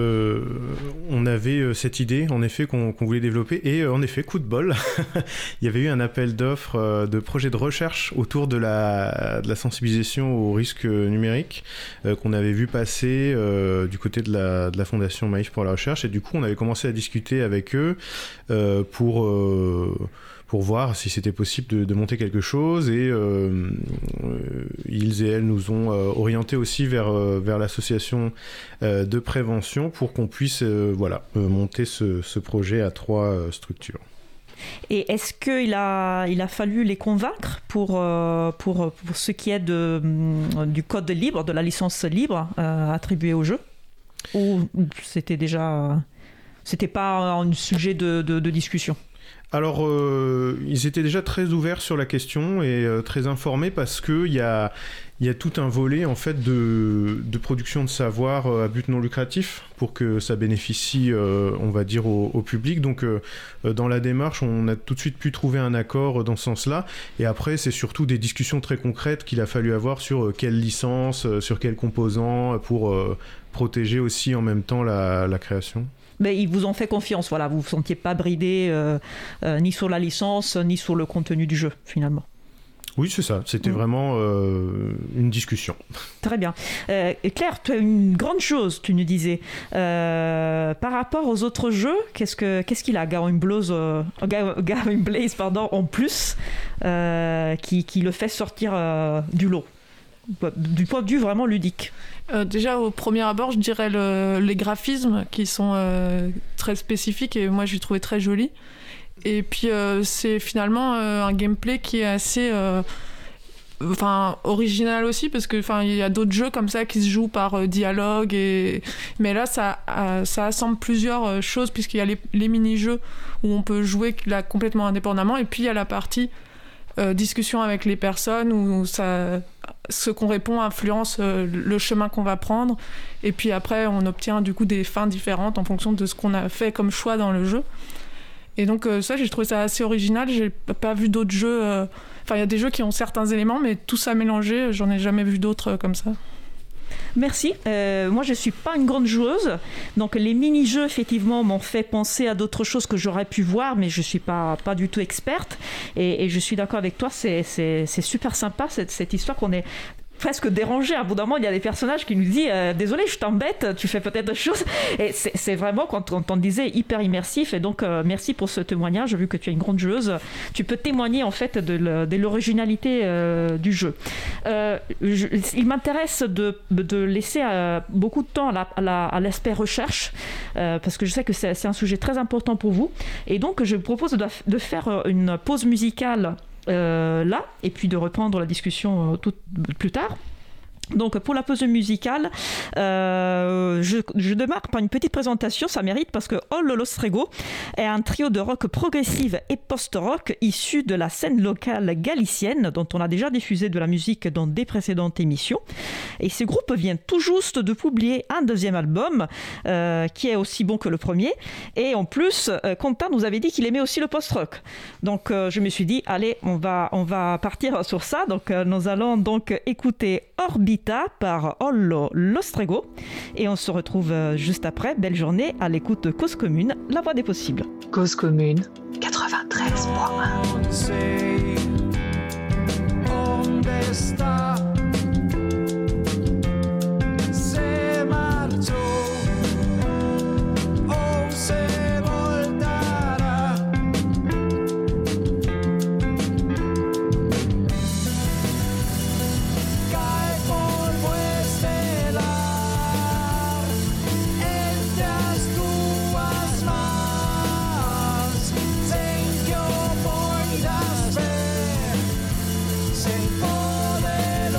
cette idée en effet qu'on voulait développer, et en effet, coup de bol, il y avait eu un appel d'offres de projets de recherche autour de la sensibilisation aux risques numériques qu'on avait vu passer du côté de la Fondation Maïf pour la recherche, et du coup on avait commencé à discuter avec eux pour voir si c'était possible de monter quelque chose, et ils et elles nous ont orientés aussi vers l'association de prévention pour qu'on puisse monter ce projet à 3 structures. Et est-ce qu'il a fallu les convaincre pour ce qui est du code libre, de la licence libre attribuée au jeu? Ou c'était pas un sujet de discussion? Alors, ils étaient déjà très ouverts sur la question et très informés parce qu'il y a tout un volet en fait de production de savoir à but non lucratif pour que ça bénéficie, on va dire, au public. Donc, dans la démarche, on a tout de suite pu trouver un accord dans ce sens-là. Et après, c'est surtout des discussions très concrètes qu'il a fallu avoir sur quelle licence, sur quels composants pour protéger aussi en même temps la création. Mais ils vous ont fait confiance, voilà, vous ne vous sentiez pas bridé ni sur la licence, ni sur le contenu du jeu, finalement. Oui, c'est ça, c'était vraiment une discussion. Très bien. Claire, tu as une grande chose, tu nous disais. Par rapport aux autres jeux, qu'est-ce qu'il a, Gawain Blaze, en plus, qui le fait sortir du lot, du point de vue vraiment ludique? Déjà, au premier abord, je dirais les graphismes qui sont très spécifiques et moi, je l'ai trouvé très joli. Et puis, c'est finalement un gameplay qui est assez original aussi, parce que il y a d'autres jeux comme ça qui se jouent par dialogue. Mais là, ça assemble plusieurs choses, puisqu'il y a les mini-jeux où on peut jouer là, complètement indépendamment. Et puis, il y a la partie discussion avec les personnes où ce qu'on répond influence le chemin qu'on va prendre, et puis après on obtient du coup des fins différentes en fonction de ce qu'on a fait comme choix dans le jeu. Et donc ça, j'ai trouvé ça assez original. J'ai pas vu d'autres jeux, il y a des jeux qui ont certains éléments, mais tout ça mélangé, j'en ai jamais vu d'autres comme ça. Merci. Moi, je ne suis pas une grande joueuse. Donc, les mini-jeux, effectivement, m'ont fait penser à d'autres choses que j'aurais pu voir, mais je ne suis pas du tout experte. Et je suis d'accord avec toi, c'est super sympa, cette histoire qu'on est presque dérangé. À bout d'un moment, il y a des personnages qui nous disent désolé, je t'embête, tu fais peut-être des choses. Et c'est vraiment, quand on disait, hyper immersif. Et donc, merci pour ce témoignage. Vu que tu es une grande joueuse, tu peux témoigner en fait de l'originalité du jeu. Il m'intéresse de laisser beaucoup de temps à l'aspect recherche, parce que je sais que c'est un sujet très important pour vous. Et donc, je vous propose de faire une pause musicale là, et puis de reprendre la discussion plus tard. Donc pour la pause musicale, je démarre par une petite présentation, ça mérite, parce que All L'Ostrego est un trio de rock progressive et post-rock issu de la scène locale galicienne, dont on a déjà diffusé de la musique dans des précédentes émissions. Et ce groupe vient tout juste de publier un deuxième album qui est aussi bon que le premier. Et en plus, Quentin nous avait dit qu'il aimait aussi le post-rock. Donc je me suis dit, allez, on va partir sur ça. Donc nous allons donc écouter Orbita par All L'Ostrego, et on se retrouve juste après. Belle journée à l'écoute de Cause Commune, la voix des possibles. Cause Commune 93.1. Poderoso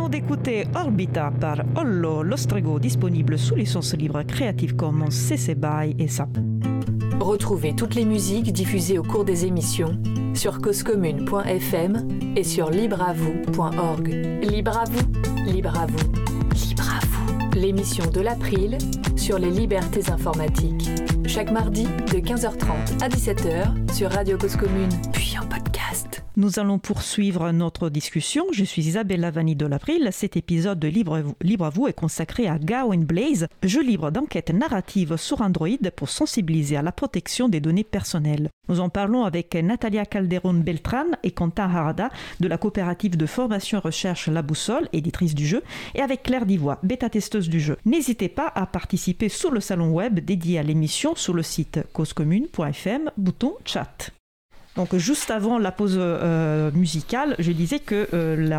venons d'écouter Orbita par Ollo Lostrego, disponible sous licence libre Creative Commons CC BY et SAP. Retrouvez toutes les musiques diffusées au cours des émissions sur causecommune.fm et sur libreavou.org. Libre à vous, libre à vous, libre à vous. L'émission de l'April sur les libertés informatiques. Chaque mardi de 15h30 à 17h sur Radio Cause Commune, puis en podcast. Nous allons poursuivre notre discussion. Je suis Isabelle Lavani de l'April. Cet épisode de Libre à vous est consacré à Gawain Blaze, jeu libre d'enquête narrative sur Android pour sensibiliser à la protection des données personnelles. Nous en parlons avec Natalia Calderon-Beltran et Quentin Harada de la coopérative de formation et recherche La Boussole, éditrice du jeu, et avec Claire Divois, bêta-testeuse du jeu. N'hésitez pas à participer sur le salon web dédié à l'émission sur le site causecommune.fm, bouton chat. Donc juste avant la pause musicale, je disais que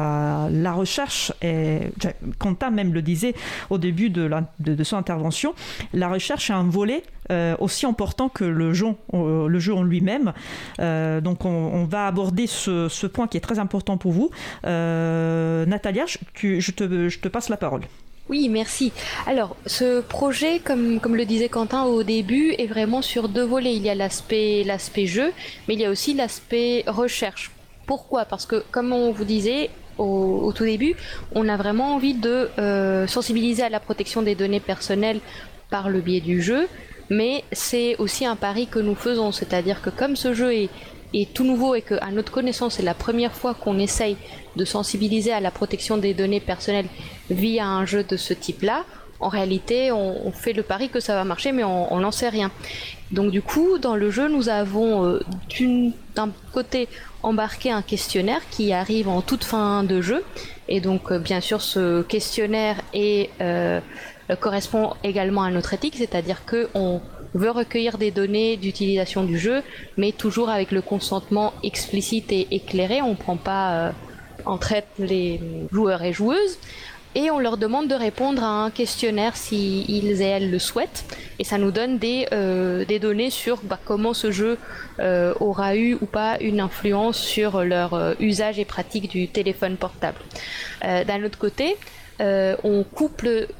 la recherche est... Quentin même le disait au début de son intervention, la recherche est un volet aussi important que le jeu en lui-même. Donc on va aborder ce point qui est très important pour vous. Natalia, je te passe la parole. Oui, merci. Alors, ce projet, comme le disait Quentin au début, est vraiment sur deux volets. Il y a l'aspect jeu, mais il y a aussi l'aspect recherche. Pourquoi ? Parce que, comme on vous disait au tout début, on a vraiment envie de sensibiliser à la protection des données personnelles par le biais du jeu, mais c'est aussi un pari que nous faisons, c'est-à-dire que comme ce jeu est tout nouveau et qu'à notre connaissance, c'est la première fois qu'on essaye de sensibiliser à la protection des données personnelles via un jeu de ce type-là, en réalité, on fait le pari que ça va marcher, mais on n'en sait rien. Donc du coup, dans le jeu, nous avons d'un côté embarqué un questionnaire qui arrive en toute fin de jeu, et donc bien sûr, ce questionnaire correspond également à notre éthique, c'est-à-dire qu'on veut recueillir des données d'utilisation du jeu, mais toujours avec le consentement explicite et éclairé. On ne prend pas en traite les joueurs et joueuses, et on leur demande de répondre à un questionnaire si ils et elles le souhaitent, et ça nous donne des données sur comment ce jeu aura eu ou pas une influence sur leur usage et pratique du téléphone portable. D'un autre côté, on couple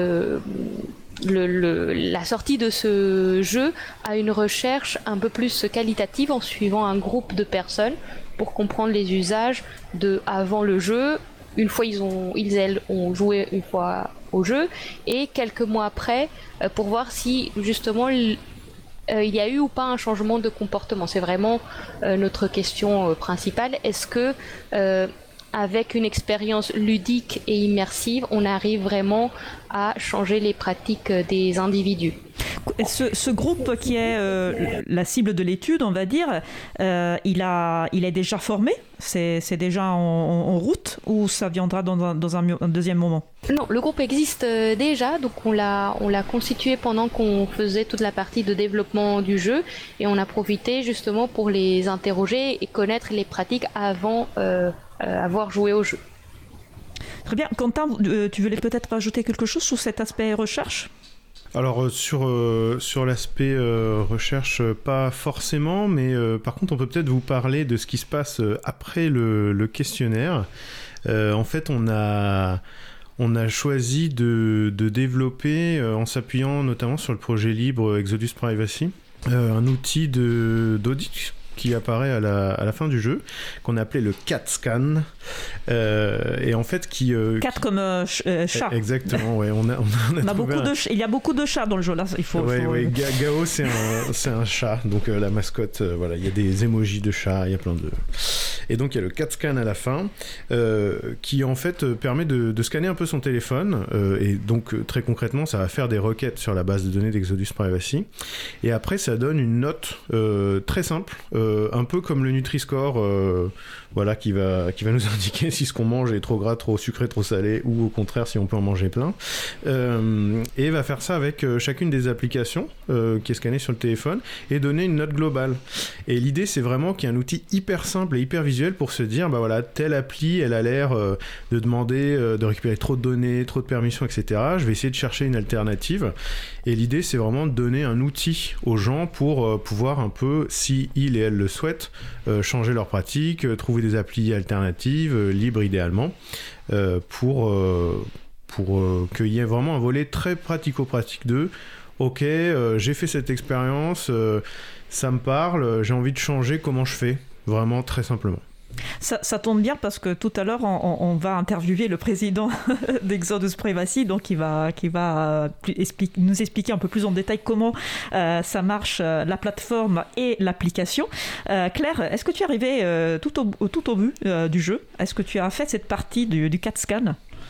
la sortie de ce jeu à une recherche un peu plus qualitative en suivant un groupe de personnes pour comprendre les usages avant le jeu, une fois ils ont joué une fois au jeu, et quelques mois après pour voir si justement il y a eu ou pas un changement de comportement. C'est vraiment notre question principale. Est-ce que avec une expérience ludique et immersive, on arrive vraiment à changer les pratiques des individus? Ce groupe qui est la cible de l'étude, on va dire, il est déjà formé? C'est déjà en route, ou ça viendra dans un deuxième moment? Non, le groupe existe déjà, donc on l'a constitué pendant qu'on faisait toute la partie de développement du jeu, et on a profité justement pour les interroger et connaître les pratiques avant avoir joué au jeu. Très bien. Quentin, tu voulais peut-être rajouter quelque chose sur cet aspect recherche ? Alors sur l'aspect recherche, pas forcément, mais par contre on peut peut-être vous parler de ce qui se passe après le questionnaire. En fait on a choisi de développer, en s'appuyant notamment sur le projet libre Exodus Privacy, un outil d'audit qui apparaît à la fin du jeu, qu'on a appelé le Cat Scan, et en fait qui... Cat comme chat. Exactement, ouais. On a beaucoup il y a beaucoup de chats dans le jeu, là. Oui, Gao, c'est un chat, donc la mascotte, voilà, il y a des emojis de chat, il y a plein de... Et donc il y a le Cat Scan à la fin, qui en fait permet de scanner un peu son téléphone, et donc très concrètement, ça va faire des requêtes sur la base de données d'Exodus Privacy, et après ça donne une note très simple, un peu comme le Nutri-Score, voilà, qui va nous indiquer si ce qu'on mange est trop gras, trop sucré, trop salé, ou au contraire si on peut en manger plein, et va faire ça avec chacune des applications qui est scannée sur le téléphone, et donner une note globale. Et l'idée, c'est vraiment qu'il y a un outil hyper simple et hyper visuel pour se dire, bah voilà, telle appli, elle a l'air de demander de récupérer trop de données, trop de permissions, etc. Je vais essayer de chercher une alternative. Et l'idée, c'est vraiment de donner un outil aux gens pour pouvoir un peu, si ils et elles elles le souhaitent, changer leur pratique, trouver des applis alternatives, libres idéalement, pour qu'il y ait vraiment un volet très pratico-pratique d'eux. Ok, j'ai fait cette expérience, ça me parle, j'ai envie de changer, comment je fais ? Vraiment très simplement. Ça tombe bien parce que tout à l'heure, on va interviewer le président d'Exodus Privacy, donc qui va nous expliquer un peu plus en détail comment ça marche, la plateforme et l'application. Claire, est-ce que tu es arrivée tout au but du jeu ? Est-ce que tu as fait cette partie du CAT scan ?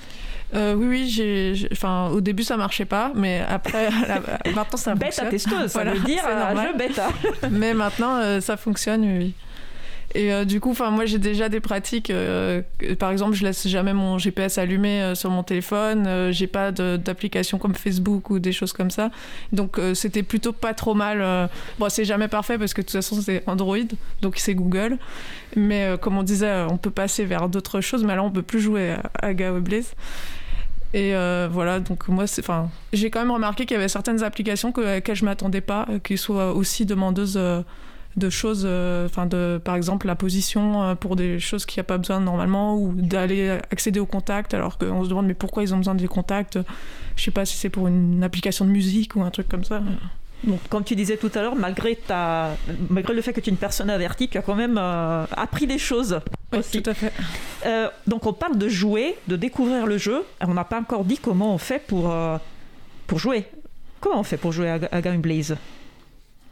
Oui, au début ça marchait pas, mais après, maintenant ça fonctionne. Bêta testeuse, ça veut dire un jeu bêta. Mais maintenant ça fonctionne, oui. Et du coup, moi j'ai déjà des pratiques. Par exemple, je laisse jamais mon GPS allumé sur mon téléphone. J'ai pas d'application comme Facebook ou des choses comme ça. Donc c'était plutôt pas trop mal. Bon, c'est jamais parfait parce que de toute façon c'est Android, donc c'est Google. Mais comme on disait, on peut passer vers d'autres choses. Mais là, on peut plus jouer à Gao et Blaze. Et voilà, donc moi, j'ai quand même remarqué qu'il y avait certaines applications auxquelles je m'attendais pas, qui soient aussi demandeuses de choses, par exemple la position pour des choses qu'il n'y a pas besoin normalement, ou d'aller accéder aux contacts alors qu'on se demande mais pourquoi ils ont besoin des contacts. Je sais pas si c'est pour une application de musique ou un truc comme ça. Donc, comme tu disais tout à l'heure, malgré le fait que tu es une personne avertie, tu as quand même appris des choses. Oui, aussi. Tout à fait. Donc on parle de jouer, de découvrir le jeu. On n'a pas encore dit comment on fait pour jouer. Comment on fait pour jouer à Gao & Blaze ? Quentin ?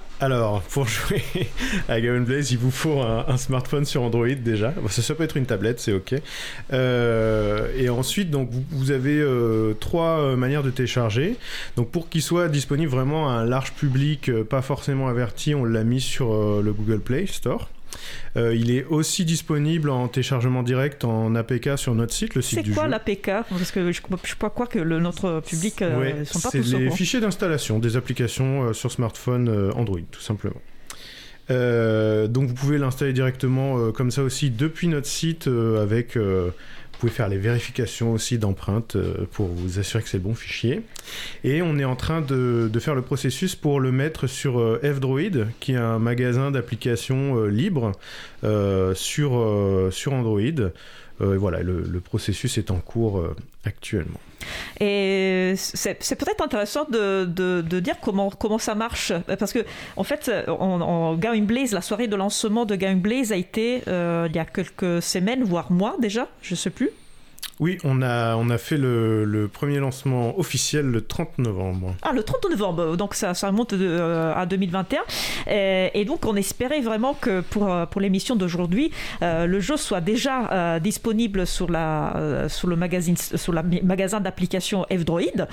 Alors, pour jouer à Gao & Blaze, il vous faut un smartphone sur Android déjà. Ça peut être une tablette, c'est ok. Et ensuite, donc, vous avez 3 manières de télécharger. Donc, pour qu'il soit disponible vraiment à un large public, pas forcément averti, on l'a mis sur le Google Play Store. Il est aussi disponible en téléchargement direct en APK sur notre site, le site du jeu. C'est quoi l'APK ? Parce que je crois que notre public ne sont pas tous au courant. C'est les fichiers d'installation des applications sur smartphone Android, tout simplement. Donc vous pouvez l'installer directement comme ça aussi depuis notre site avec... vous pouvez faire les vérifications aussi d'empreintes pour vous assurer que c'est le bon fichier. Et on est en train de faire le processus pour le mettre sur F-Droid, qui est un magasin d'applications libres sur Android. Voilà, le processus est en cours actuellement. Et c'est peut-être intéressant de dire comment ça marche, parce que en fait, Gao & Blaze, la soirée de lancement de Gao & Blaze a été il y a quelques semaines, voire mois déjà, je sais plus. Oui, on a fait le premier lancement officiel le 30 novembre. Ah, le 30 novembre, donc ça remonte à 2021. Et donc, on espérait vraiment que pour l'émission d'aujourd'hui, le jeu soit déjà disponible sur le magasin d'applications F-Droid.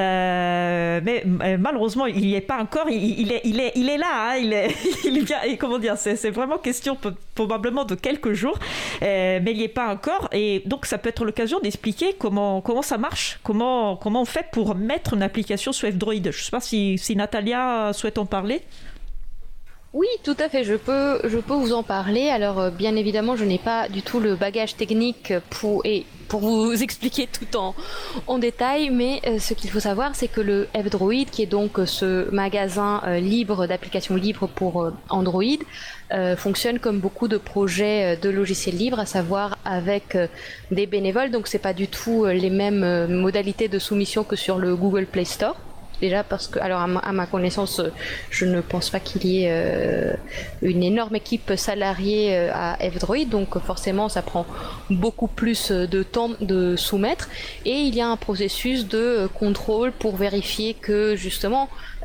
Mais malheureusement, il n'y est pas encore. Il est là, hein, il est bien. Et comment dire, c'est vraiment question probablement de quelques jours, mais il n'y est pas encore. Et donc, ça peut être l'occasion d'expliquer comment ça marche, comment on fait pour mettre une application sur F-Droid. Je ne sais pas si Natalia souhaite en parler. Oui, tout à fait, je peux vous en parler. Alors, bien évidemment, je n'ai pas du tout le bagage technique pour vous expliquer tout en détail, mais ce qu'il faut savoir, c'est que le F-Droid, qui est donc ce magasin libre d'applications libres pour Android, fonctionne comme beaucoup de projets de logiciels libres, à savoir avec des bénévoles. Donc, c'est pas du tout les mêmes modalités de soumission que sur le Google Play Store. Déjà parce que, alors à ma connaissance, je ne pense pas qu'il y ait une énorme équipe salariée à F-Droid, donc forcément ça prend beaucoup plus de temps de soumettre, et il y a un processus de contrôle pour vérifier que justement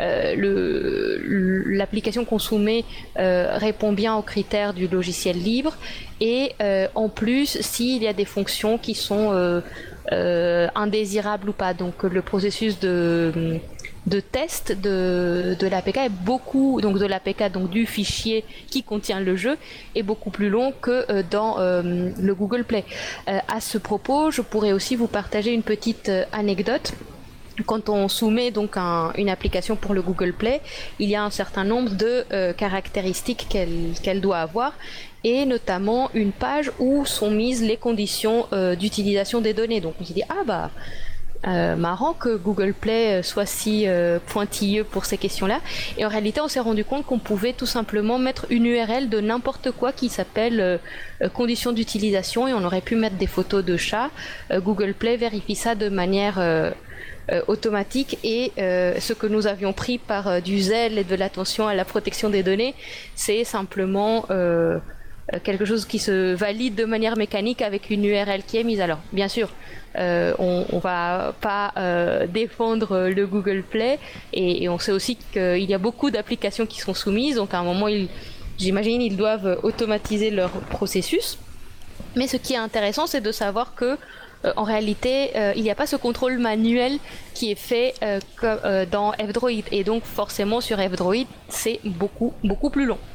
l'application qu'on soumet répond bien aux critères du logiciel libre, et en plus s'il y a des fonctions qui sont indésirables ou pas. Donc le processus de test de l'APK est beaucoup, donc de l'APK, donc du fichier qui contient le jeu, est beaucoup plus long que dans le Google Play. À ce propos, je pourrais aussi vous partager une petite anecdote. Quand on soumet donc une application pour le Google Play, il y a un certain nombre de caractéristiques qu'elle doit avoir, et notamment une page où sont mises les conditions d'utilisation des données. Donc on se dit marrant que Google Play soit si pointilleux pour ces questions-là. Et en réalité, on s'est rendu compte qu'on pouvait tout simplement mettre une URL de n'importe quoi qui s'appelle conditions d'utilisation, et on aurait pu mettre des photos de chats. Google Play vérifie ça de manière automatique, et ce que nous avions pris par du zèle et de l'attention à la protection des données, c'est simplement quelque chose qui se valide de manière mécanique avec une URL qui est mise. Alors, bien sûr, on va pas défendre le Google Play, et on sait aussi qu'il y a beaucoup d'applications qui sont soumises, donc à un moment, j'imagine, ils doivent automatiser leur processus. Mais ce qui est intéressant, c'est de savoir que en réalité, il n'y a pas ce contrôle manuel qui est fait dans F-Droid, et donc forcément sur F-Droid, c'est beaucoup plus long.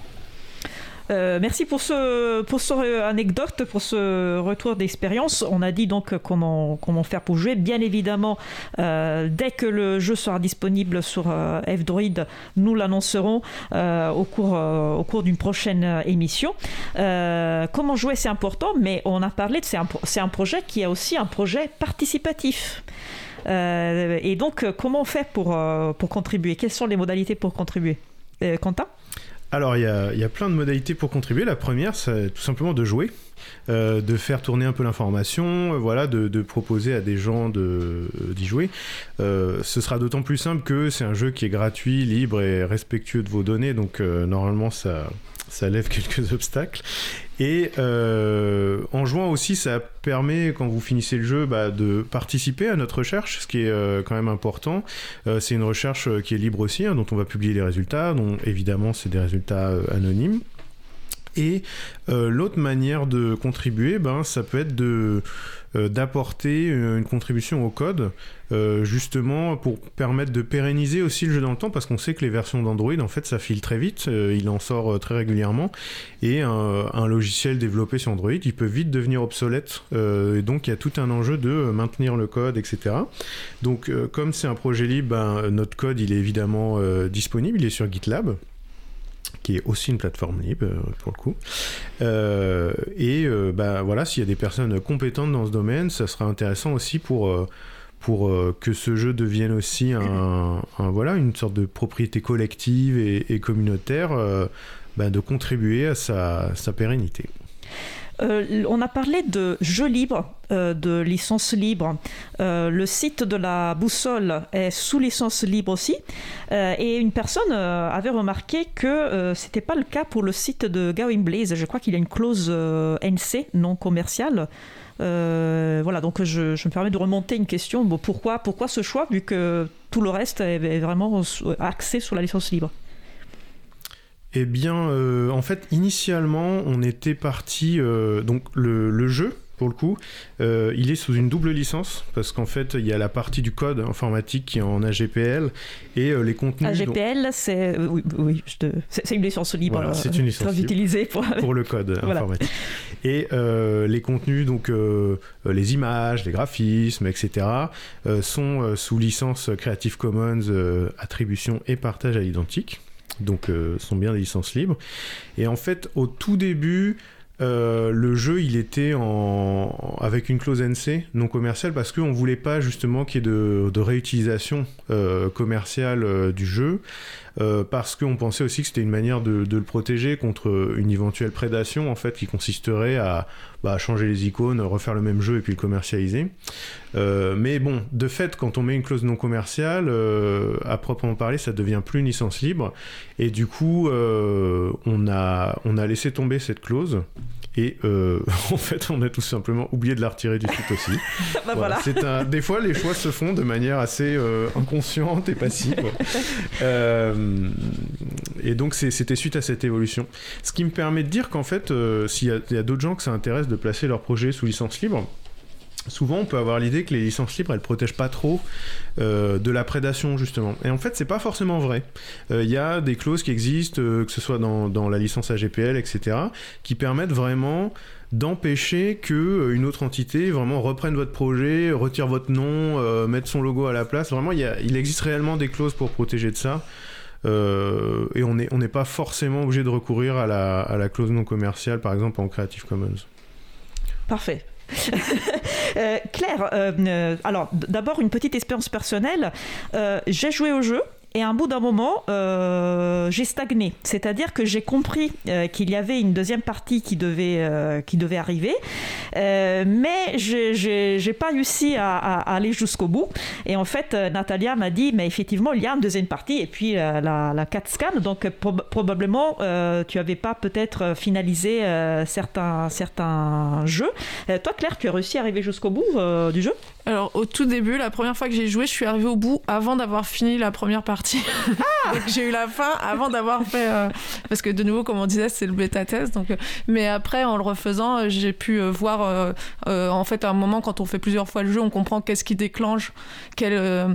Merci pour ce anecdote, pour ce retour d'expérience. On a dit donc comment faire pour jouer. Bien évidemment, dès que le jeu sera disponible sur F-Droid, nous l'annoncerons au cours d'une prochaine émission. Comment jouer, c'est important, mais on a parlé de c'est un projet qui est aussi un projet participatif. Et donc, comment on fait pour contribuer ? Quelles sont les modalités pour contribuer ? Quentin ? Alors, il y a plein de modalités pour contribuer. La première, c'est tout simplement de jouer, de faire tourner un peu l'information, de proposer à des gens d'y jouer. Ce sera d'autant plus simple que c'est un jeu qui est gratuit, libre et respectueux de vos données, donc normalement, ça lève quelques obstacles. Et en jouant aussi, ça permet, quand vous finissez le jeu, de participer à notre recherche, ce qui est quand même important. C'est une recherche qui est libre aussi, dont on va publier les résultats, dont évidemment c'est des résultats anonymes. Et l'autre manière de contribuer, ça peut être d'apporter une contribution au code, justement pour permettre de pérenniser aussi le jeu dans le temps, parce qu'on sait que les versions d'Android, en fait, ça file très vite, il en sort très régulièrement, et un logiciel développé sur Android, il peut vite devenir obsolète, et donc il y a tout un enjeu de maintenir le code, etc. Donc comme c'est un projet libre, notre code, il est évidemment disponible, il est sur GitLab, qui est aussi une plateforme libre pour le coup. S'il y a des personnes compétentes dans ce domaine, ça sera intéressant aussi pour que ce jeu devienne aussi une sorte de propriété collective et communautaire, de contribuer à sa pérennité. On a parlé de jeux libres, de licence libre. Le site de la boussole est sous licence libre aussi. Et une personne avait remarqué que ce n'était pas le cas pour le site de Going Blaze. Je crois qu'il y a une clause NC, non commerciale. Donc je me permets de remonter une question. Pourquoi ce choix, vu que tout le reste est vraiment axé sur la licence libre ? Eh bien, en fait, initialement, on était parti... donc, le jeu, pour le coup, il est sous une double licence, parce qu'en fait, il y a la partie du code informatique qui est en AGPL, et les contenus... AGPL, c'est... c'est une licence libre, voilà, c'est une licence très libre utilisée pour le code informatique. Et les contenus, donc les images, les graphismes, etc., sont sous licence Creative Commons, attribution et partage à l'identique. Donc sont bien des licences libres. Et en fait, au tout début, le jeu, il était avec une clause NC non commerciale, parce qu'on ne voulait pas justement qu'il y ait de réutilisation commerciale du jeu, parce qu'on pensait aussi que c'était une manière de le protéger contre une éventuelle prédation, en fait, qui consisterait à changer les icônes, refaire le même jeu et puis le commercialiser. Mais bon, de fait, quand on met une clause non commerciale, à proprement parler, ça devient plus une licence libre, et du coup, on a laissé tomber cette clause. Et en fait, on a tout simplement oublié de la retirer du site aussi. Voilà. Des fois, les choix se font de manière assez inconsciente et passive. Et donc, c'était suite à cette évolution. Ce qui me permet de dire qu'en fait, s'il y a d'autres gens que ça intéresse de placer leur projet sous licence libre, souvent on peut avoir l'idée que les licences libres elles protègent pas trop de la prédation, justement, et en fait c'est pas forcément vrai. Il y a des clauses qui existent, que ce soit dans la licence AGPL, etc., qui permettent vraiment d'empêcher qu'une autre entité vraiment reprenne votre projet, retire votre nom, mette son logo à la place. Vraiment, il existe réellement des clauses pour protéger de ça. Et on n'est pas forcément obligé de recourir à la clause non commerciale, par exemple en Creative Commons. Parfait. Claire, alors d'abord une petite expérience personnelle. J'ai joué au jeu. Et à un bout d'un moment, j'ai stagné. C'est-à-dire que j'ai compris qu'il y avait une deuxième partie qui devait arriver, mais j'ai pas réussi à aller jusqu'au bout. Et en fait, Natalia m'a dit, mais effectivement, il y a une deuxième partie, et puis la CAT scan. Donc probablement, tu avais pas peut-être finalisé certains jeux. Toi, Claire, tu as réussi à arriver jusqu'au bout du jeu ? Alors, au tout début, la première fois que j'ai joué, je suis arrivée au bout avant d'avoir fini la première partie. Donc, j'ai eu la fin avant d'avoir fait... parce que de nouveau, comme on disait, c'est le bêta-test. Donc, mais après, en le refaisant, j'ai pu voir... en fait, à un moment, quand on fait plusieurs fois le jeu, on comprend qu'est-ce qui déclenche la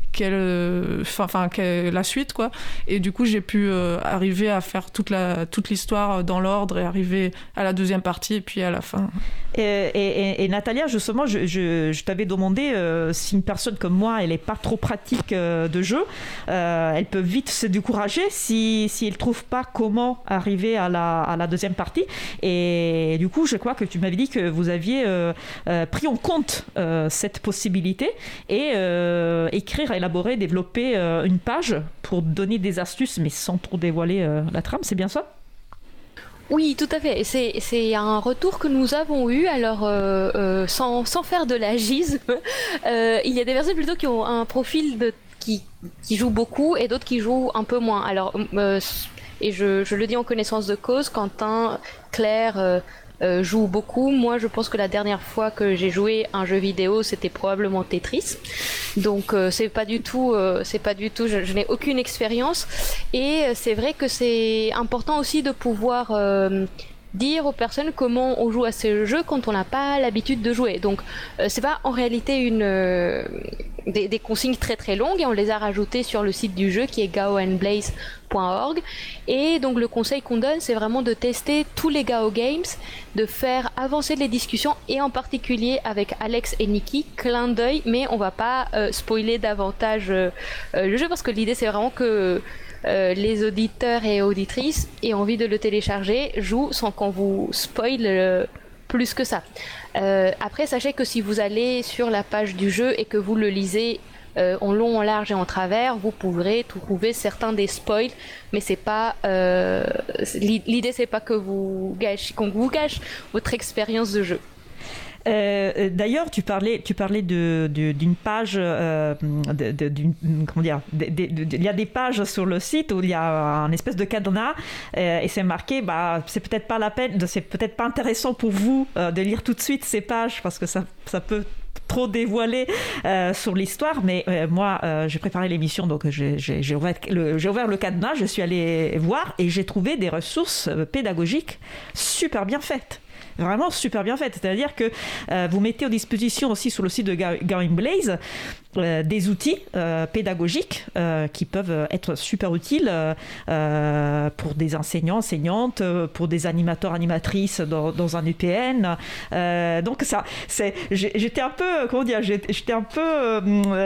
suite, quoi. Et du coup, j'ai pu arriver à faire toute l'histoire dans l'ordre et arriver à la deuxième partie et puis à la fin. Et Natalia, justement, je t'avais demandé si une personne comme moi, elle n'est pas trop pratique de jeu, elle peut vite se décourager si elle ne trouve pas comment arriver à la deuxième partie. Et du coup, je crois que tu m'avais dit que vous aviez pris en compte cette possibilité et écrire, élaborer, développer une page pour donner des astuces, mais sans trop dévoiler la trame, c'est bien ça ? Oui, tout à fait. C'est un retour que nous avons eu. Alors, sans faire de l'agisme, il y a des personnes plutôt qui ont un profil qui jouent beaucoup et d'autres qui jouent un peu moins. Alors, et je le dis en connaissance de cause, Quentin, Claire joue beaucoup. Moi, je pense que la dernière fois que j'ai joué un jeu vidéo, c'était probablement Tetris. Donc, c'est pas du tout. Je n'ai aucune expérience. Et c'est vrai que c'est important aussi de pouvoir dire aux personnes comment on joue à ces jeux quand on n'a pas l'habitude de jouer. Donc, c'est pas en réalité des consignes très très longues et on les a rajoutées sur le site du jeu qui est gaoandblaze.org. Et donc le conseil qu'on donne, c'est vraiment de tester tous les Gao Games, de faire avancer les discussions et en particulier avec Alex et Nikki, clin d'œil, mais on va pas spoiler davantage le jeu parce que l'idée c'est vraiment que les auditeurs et auditrices aient envie de le télécharger, jouent sans qu'on vous spoil plus que ça. Après, sachez que si vous allez sur la page du jeu et que vous le lisez en long, en large et en travers, vous pourrez trouver certains des spoils, mais c'est pas l'idée, c'est pas qu'on vous gâche votre expérience de jeu. D'ailleurs, tu parlais d'une page, comment dire, il y a des pages sur le site où il y a un espèce de cadenas et c'est marqué, c'est peut-être pas la peine, c'est peut-être pas intéressant pour vous de lire tout de suite ces pages parce que ça peut trop dévoiler sur l'histoire, mais moi j'ai préparé l'émission, donc j'ai ouvert le cadenas, je suis allée voir et j'ai trouvé des ressources pédagogiques super bien faites. Vraiment super bien faite, c'est-à-dire que vous mettez à disposition aussi sur le site de Going Blaze des outils pédagogiques qui peuvent être super utiles pour des enseignants, enseignantes, pour des animateurs, animatrices dans un UPN. Donc ça, j'étais un peu, j'étais un peu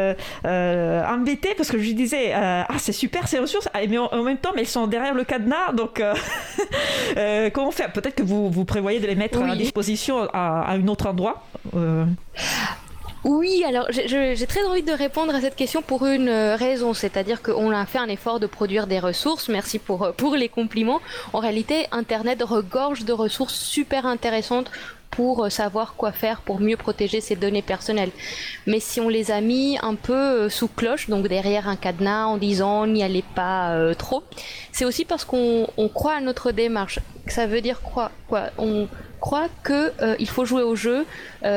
embêtée parce que je disais c'est super ces ressources, mais en même temps, mais elles sont derrière le cadenas, donc comment faire ? Peut-être que vous prévoyez de les mettre à disposition à un autre endroit. Oui, alors j'ai très envie de répondre à cette question pour une raison, c'est-à-dire qu'on a fait un effort de produire des ressources, merci pour les compliments. En réalité, Internet regorge de ressources super intéressantes pour savoir quoi faire pour mieux protéger ses données personnelles. Mais si on les a mis un peu sous cloche, donc derrière un cadenas en disant n'y allez pas trop, c'est aussi parce qu'on croit à notre démarche. Ça veut dire quoi ? On croit qu'il faut jouer au jeu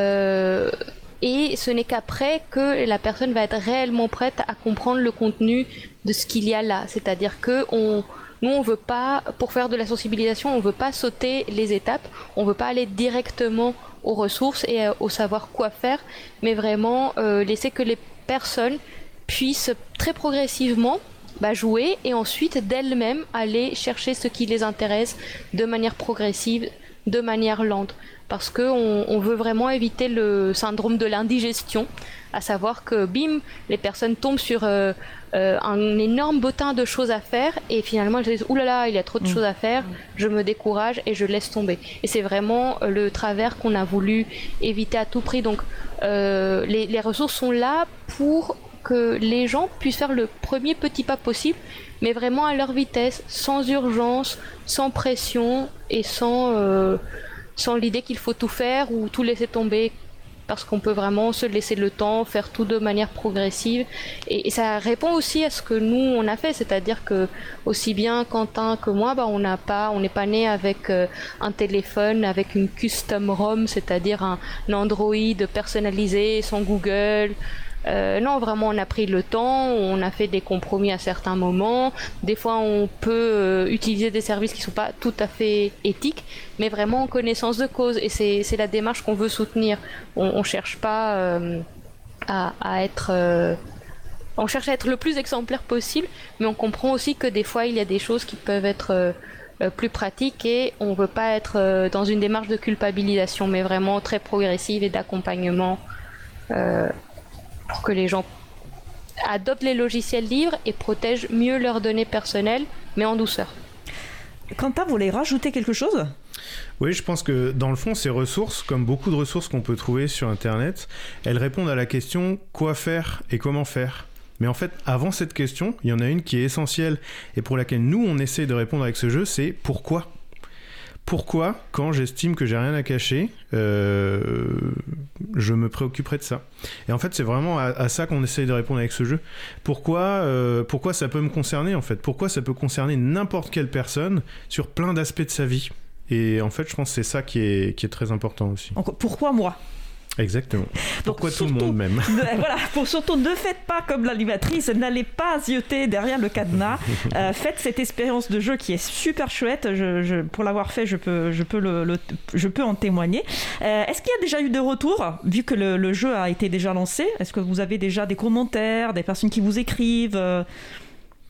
et ce n'est qu'après que la personne va être réellement prête à comprendre le contenu de ce qu'il y a là. C'est-à-dire que nous, on veut pas, pour faire de la sensibilisation, on veut pas sauter les étapes, on veut pas aller directement aux ressources et au savoir quoi faire, mais vraiment laisser que les personnes puissent très progressivement jouer et ensuite d'elles-mêmes aller chercher ce qui les intéresse de manière progressive de manière lente, parce qu'on veut vraiment éviter le syndrome de l'indigestion, à savoir que bim, les personnes tombent sur un énorme bottin de choses à faire et finalement elles se disent « Ouh là là, il y a trop de choses à faire, je me décourage et je laisse tomber ». Et c'est vraiment le travers qu'on a voulu éviter à tout prix. Donc les ressources sont là pour que les gens puissent faire le premier petit pas possible, mais vraiment à leur vitesse, sans urgence, sans pression et sans l'idée qu'il faut tout faire ou tout laisser tomber, parce qu'on peut vraiment se laisser le temps, faire tout de manière progressive. Et ça répond aussi à ce que nous, on a fait, c'est-à-dire que aussi bien Quentin que moi, on n'est pas né avec un téléphone, avec une custom ROM, c'est-à-dire un Android personnalisé, sans Google. Non, vraiment, on a pris le temps, on a fait des compromis à certains moments. Des fois, on peut utiliser des services qui ne sont pas tout à fait éthiques, mais vraiment en connaissance de cause. Et c'est la démarche qu'on veut soutenir. On cherche pas à être... on cherche à être le plus exemplaire possible, mais on comprend aussi que des fois, il y a des choses qui peuvent être... plus pratiques, et on ne veut pas être dans une démarche de culpabilisation, mais vraiment très progressive et d'accompagnement pour que les gens adoptent les logiciels libres et protègent mieux leurs données personnelles, mais en douceur. Quentin, vous voulez rajouter quelque chose ? Oui, je pense que dans le fond, ces ressources, comme beaucoup de ressources qu'on peut trouver sur Internet, elles répondent à la question « quoi faire et comment faire ?» Mais en fait, avant cette question, il y en a une qui est essentielle et pour laquelle nous, on essaie de répondre avec ce jeu, c'est « pourquoi ?» Pourquoi, quand j'estime que j'ai rien à cacher, je me préoccuperai de ça. Et en fait, c'est vraiment à ça qu'on essaye de répondre avec ce jeu. Pourquoi ça peut me concerner, en fait ? Pourquoi ça peut concerner n'importe quelle personne sur plein d'aspects de sa vie ? Et en fait, je pense que c'est ça qui est très important aussi. Donc, pourquoi moi ? Exactement. Pourquoi donc, tout le monde même Voilà, surtout ne faites pas comme l'animatrice, n'allez pas zioter derrière le cadenas. Faites cette expérience de jeu qui est super chouette. Pour l'avoir fait, je peux en témoigner. Est-ce qu'il y a déjà eu des retours, vu que le jeu a été déjà lancé ? Est-ce que vous avez déjà des commentaires, des personnes qui vous écrivent Quentin ?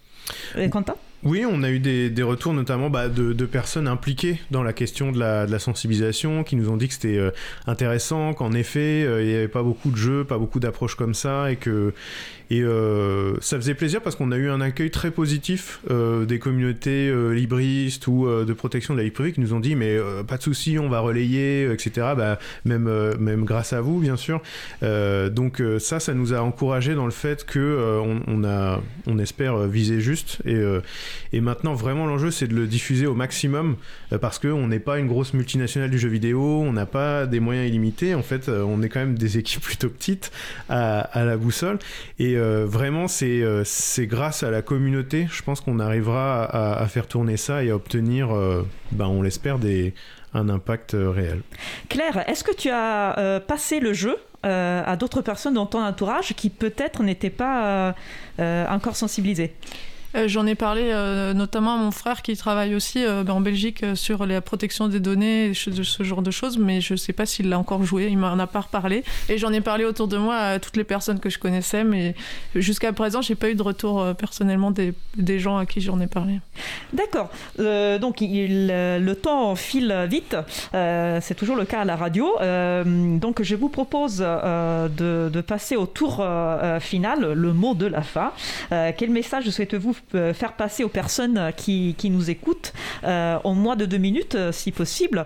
Oui, on a eu des retours notamment de personnes impliquées dans la question de la sensibilisation, qui nous ont dit que c'était intéressant, qu'en effet, il n'y avait pas beaucoup de jeux, pas beaucoup d'approches comme ça, et ça faisait plaisir parce qu'on a eu un accueil très positif des communautés libristes ou de protection de la vie privée qui nous ont dit mais pas de souci, on va relayer, etc. Même grâce à vous, bien sûr. Donc ça nous a encouragé dans le fait que on espère viser juste et maintenant vraiment l'enjeu c'est de le diffuser au maximum parce qu'on n'est pas une grosse multinationale du jeu vidéo, on n'a pas des moyens illimités, en fait on est quand même des équipes plutôt petites à la boussole et vraiment c'est grâce à la communauté je pense qu'on arrivera à faire tourner ça et à obtenir on l'espère un impact réel. Claire, est-ce que tu as passé le jeu à d'autres personnes dans ton entourage qui peut-être n'étaient pas encore sensibilisées ? J'en ai parlé notamment à mon frère qui travaille aussi en Belgique sur la protection des données, ce genre de choses, mais je ne sais pas s'il l'a encore joué, il m'en a pas reparlé. Et j'en ai parlé autour de moi à toutes les personnes que je connaissais, mais jusqu'à présent, je n'ai pas eu de retour personnellement des gens à qui j'en ai parlé. D'accord. Donc le temps file vite, c'est toujours le cas à la radio. Donc je vous propose de passer au tour final, le mot de la fin. Quel message souhaitez-vous faire passer aux personnes qui nous écoutent en moins de 2 minutes si possible.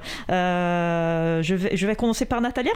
Je vais commencer par Natalia.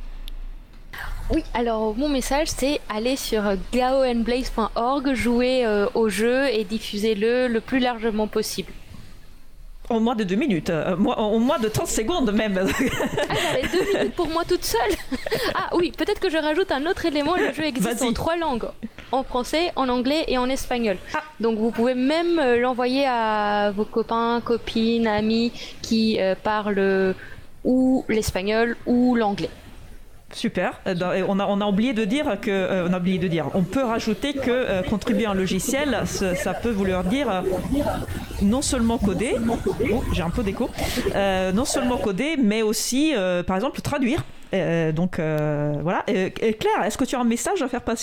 Oui, alors mon message c'est aller sur gaoandblaze.org, jouer au jeu et diffuser-le le plus largement possible. En moins de 2 minutes, en moins de 30 secondes même. J'avais 2 minutes pour moi toute seule. Ah oui, peut-être que je rajoute un autre élément, le jeu existe en 3 langues. En français, en anglais et en espagnol. Donc vous pouvez même l'envoyer à vos copains, copines, amis qui parlent ou l'espagnol ou l'anglais. Super. On a oublié de dire on peut rajouter que contribuer à un logiciel, ça peut vouloir dire non seulement coder, j'ai un peu d'écho, non seulement coder, mais aussi, par exemple, traduire. Donc voilà. Claire, est-ce que tu as un message à faire passer ?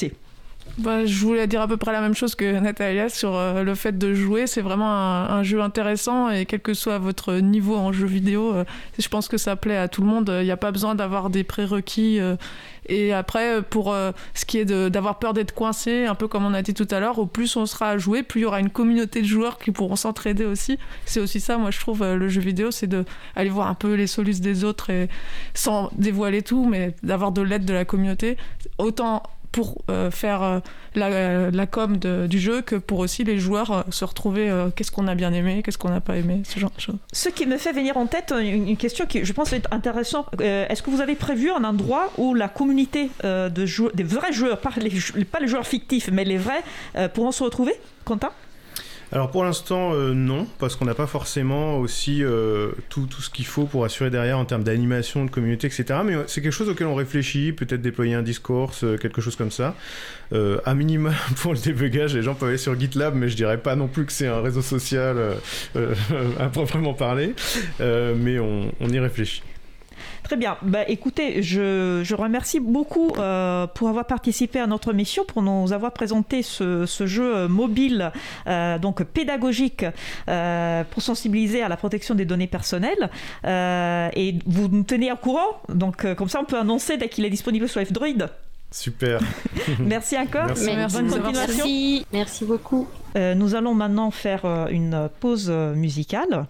Je voulais dire à peu près la même chose que Natalia sur le fait de jouer. C'est vraiment un jeu intéressant et quel que soit votre niveau en jeu vidéo, je pense que ça plaît à tout le monde. Il n'y a pas besoin d'avoir des prérequis. Et après, pour ce qui est d'avoir peur d'être coincé, un peu comme on a dit tout à l'heure, au plus on sera à jouer, plus il y aura une communauté de joueurs qui pourront s'entraider aussi. C'est aussi ça, moi je trouve, le jeu vidéo, c'est d'aller voir un peu les solutions des autres et sans dévoiler tout, mais d'avoir de l'aide de la communauté. Autant pour faire la com du jeu que pour aussi les joueurs se retrouver qu'est-ce qu'on a bien aimé, qu'est-ce qu'on n'a pas aimé, ce genre de choses. Ce qui me fait venir en tête une question qui je pense est intéressante. Est-ce que vous avez prévu un endroit où la communauté des vrais joueurs, pas les joueurs fictifs mais les vrais, pourront se retrouver? Quentin? Alors pour l'instant non, parce qu'on n'a pas forcément aussi tout ce qu'il faut pour assurer derrière en termes d'animation, de communauté, etc. Mais c'est quelque chose auquel on réfléchit, peut-être déployer un Discours, quelque chose comme ça. À minima pour le débugage, les gens peuvent aller sur GitLab, mais je dirais pas non plus que c'est un réseau social à proprement parler, mais on y réfléchit. Très bien. Écoutez, je remercie beaucoup pour avoir participé à notre mission, pour nous avoir présenté ce jeu mobile, donc pédagogique, pour sensibiliser à la protection des données personnelles. Et vous nous tenez au courant, donc comme ça on peut annoncer dès qu'il est disponible sur F-Droid. Super. Merci encore. Merci. Bonne continuation. Merci beaucoup. Nous allons maintenant faire une pause musicale.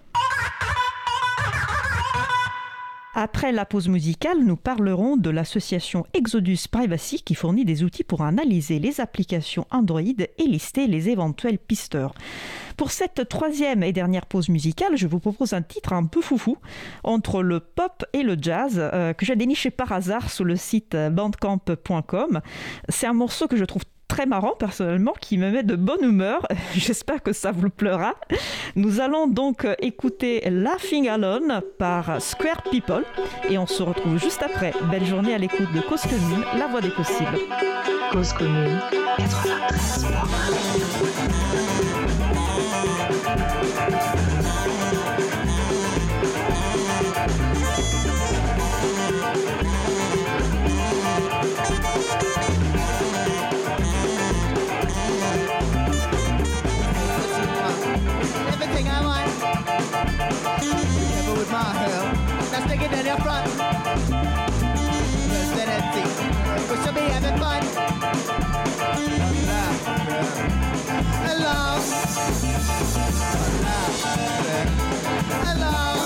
Après la pause musicale, nous parlerons de l'association Exodus Privacy qui fournit des outils pour analyser les applications Android et lister les éventuels pisteurs. Pour cette troisième et dernière pause musicale, je vous propose un titre un peu foufou entre le pop et le jazz que j'ai déniché par hasard sur le site bandcamp.com. C'est un morceau que je trouve très marrant personnellement, qui me met de bonne humeur. J'espère que ça vous plaira. Nous allons donc écouter Laughing Alone par Square People et on se retrouve juste après. Belle journée à l'écoute de Cause Commune, la voix des possibles. Cause Commune 93. My hair, now stick it in your front. Vicinity, we should be having fun. Alone, alone.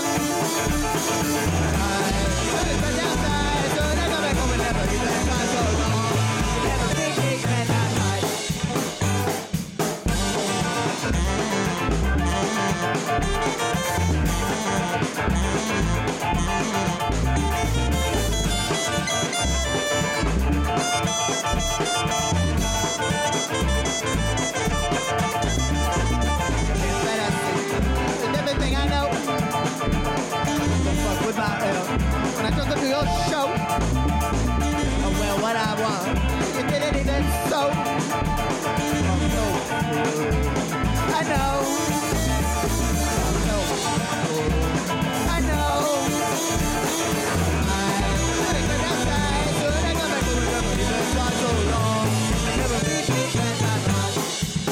When I took them to your show, oh well, what I want, you didn't even so. Oh no, I know, I know. I think that outside, so I come back to the river, you've been gone so long, never reach me when I'm home.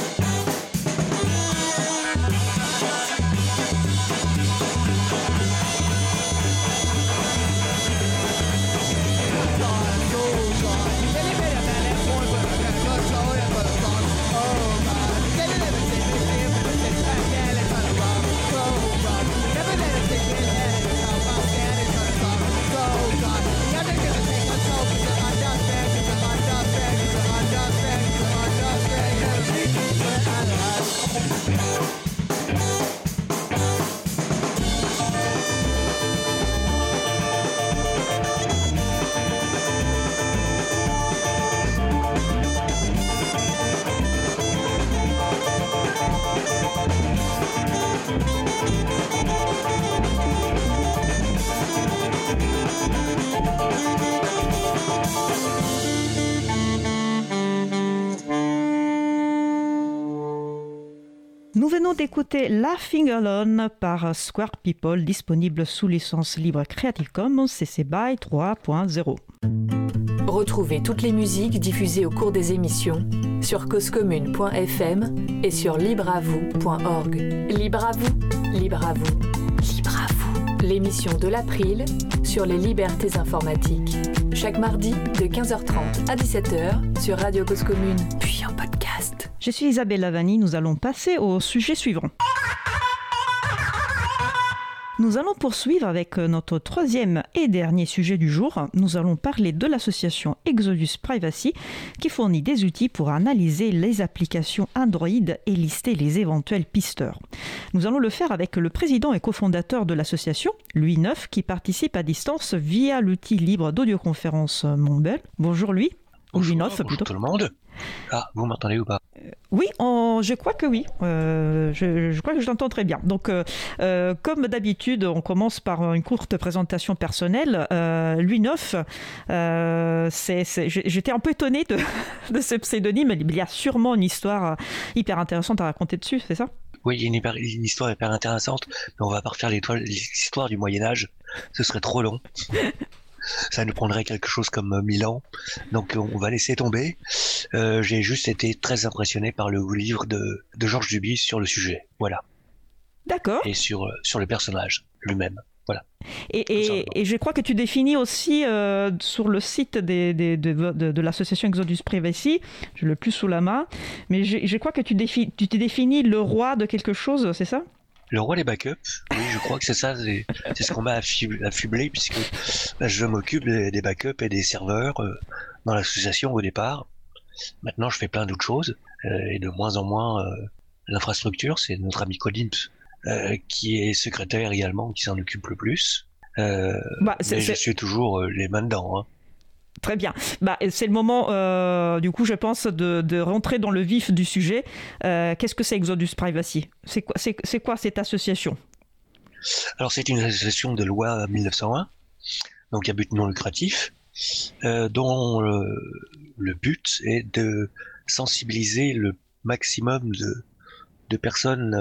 Nous venons d'écouter Laughing Alone par Square People, disponible sous licence libre Creative Commons CC BY 3.0. Retrouvez toutes les musiques diffusées au cours des émissions sur causecommune.fm et sur libreavou.org. Libre à vous, libre à vous, libre à vous. L'émission de l'April sur les libertés informatiques. Chaque mardi de 15h30 à 17h sur Radio Cause Commune, puis en podcast. Je suis Isabelle Lavani, nous allons passer au sujet suivant. Nous allons poursuivre avec notre troisième et dernier sujet du jour. Nous allons parler de l'association Exodus Privacy qui fournit des outils pour analyser les applications Android et lister les éventuels pisteurs. Nous allons le faire avec le président et cofondateur de l'association, Louis Neuf, qui participe à distance via l'outil libre d'audioconférence Mumble. Bonjour Louis. Bonjour, Louis Neuf, bonjour plutôt. tout le monde. Ah, vous m'entendez ou pas? Oui, je crois que oui. Je crois que je t'entends très bien. Donc, comme d'habitude, on commence par une courte présentation personnelle. Louis Neuf, j'étais un peu étonnée de ce pseudonyme. Il y a sûrement une histoire hyper intéressante à raconter dessus, c'est ça? Oui, il y a une histoire hyper intéressante, mais on va pas refaire l'histoire du Moyen-Âge. Ce serait trop long. Ça nous prendrait quelque chose comme 1000 ans, donc on va laisser tomber. J'ai juste été très impressionné par le livre de Georges Duby sur le sujet, voilà. D'accord. Et sur le personnage lui-même, voilà. Et je crois que tu définis aussi sur le site de l'association Exodus Privacy, je l'ai plus sous la main, mais je crois que tu t'es défini le roi de quelque chose, c'est ça? Le roi des backups, oui, je crois que c'est ça, c'est ce qu'on m'a affublé, puisque je m'occupe des backups et des serveurs dans l'association au départ. Maintenant, je fais plein d'autres choses, et de moins en moins l'infrastructure. C'est notre ami Colin qui est secrétaire également, qui s'en occupe le plus. Mais je suis toujours les mains dedans, hein. Très bien. C'est le moment, du coup, je pense, de rentrer dans le vif du sujet. Qu'est-ce que c'est Exodus Privacy? C'est quoi cette association? Alors, c'est une association de loi 1901, donc à but non lucratif, dont le but est de sensibiliser le maximum de personnes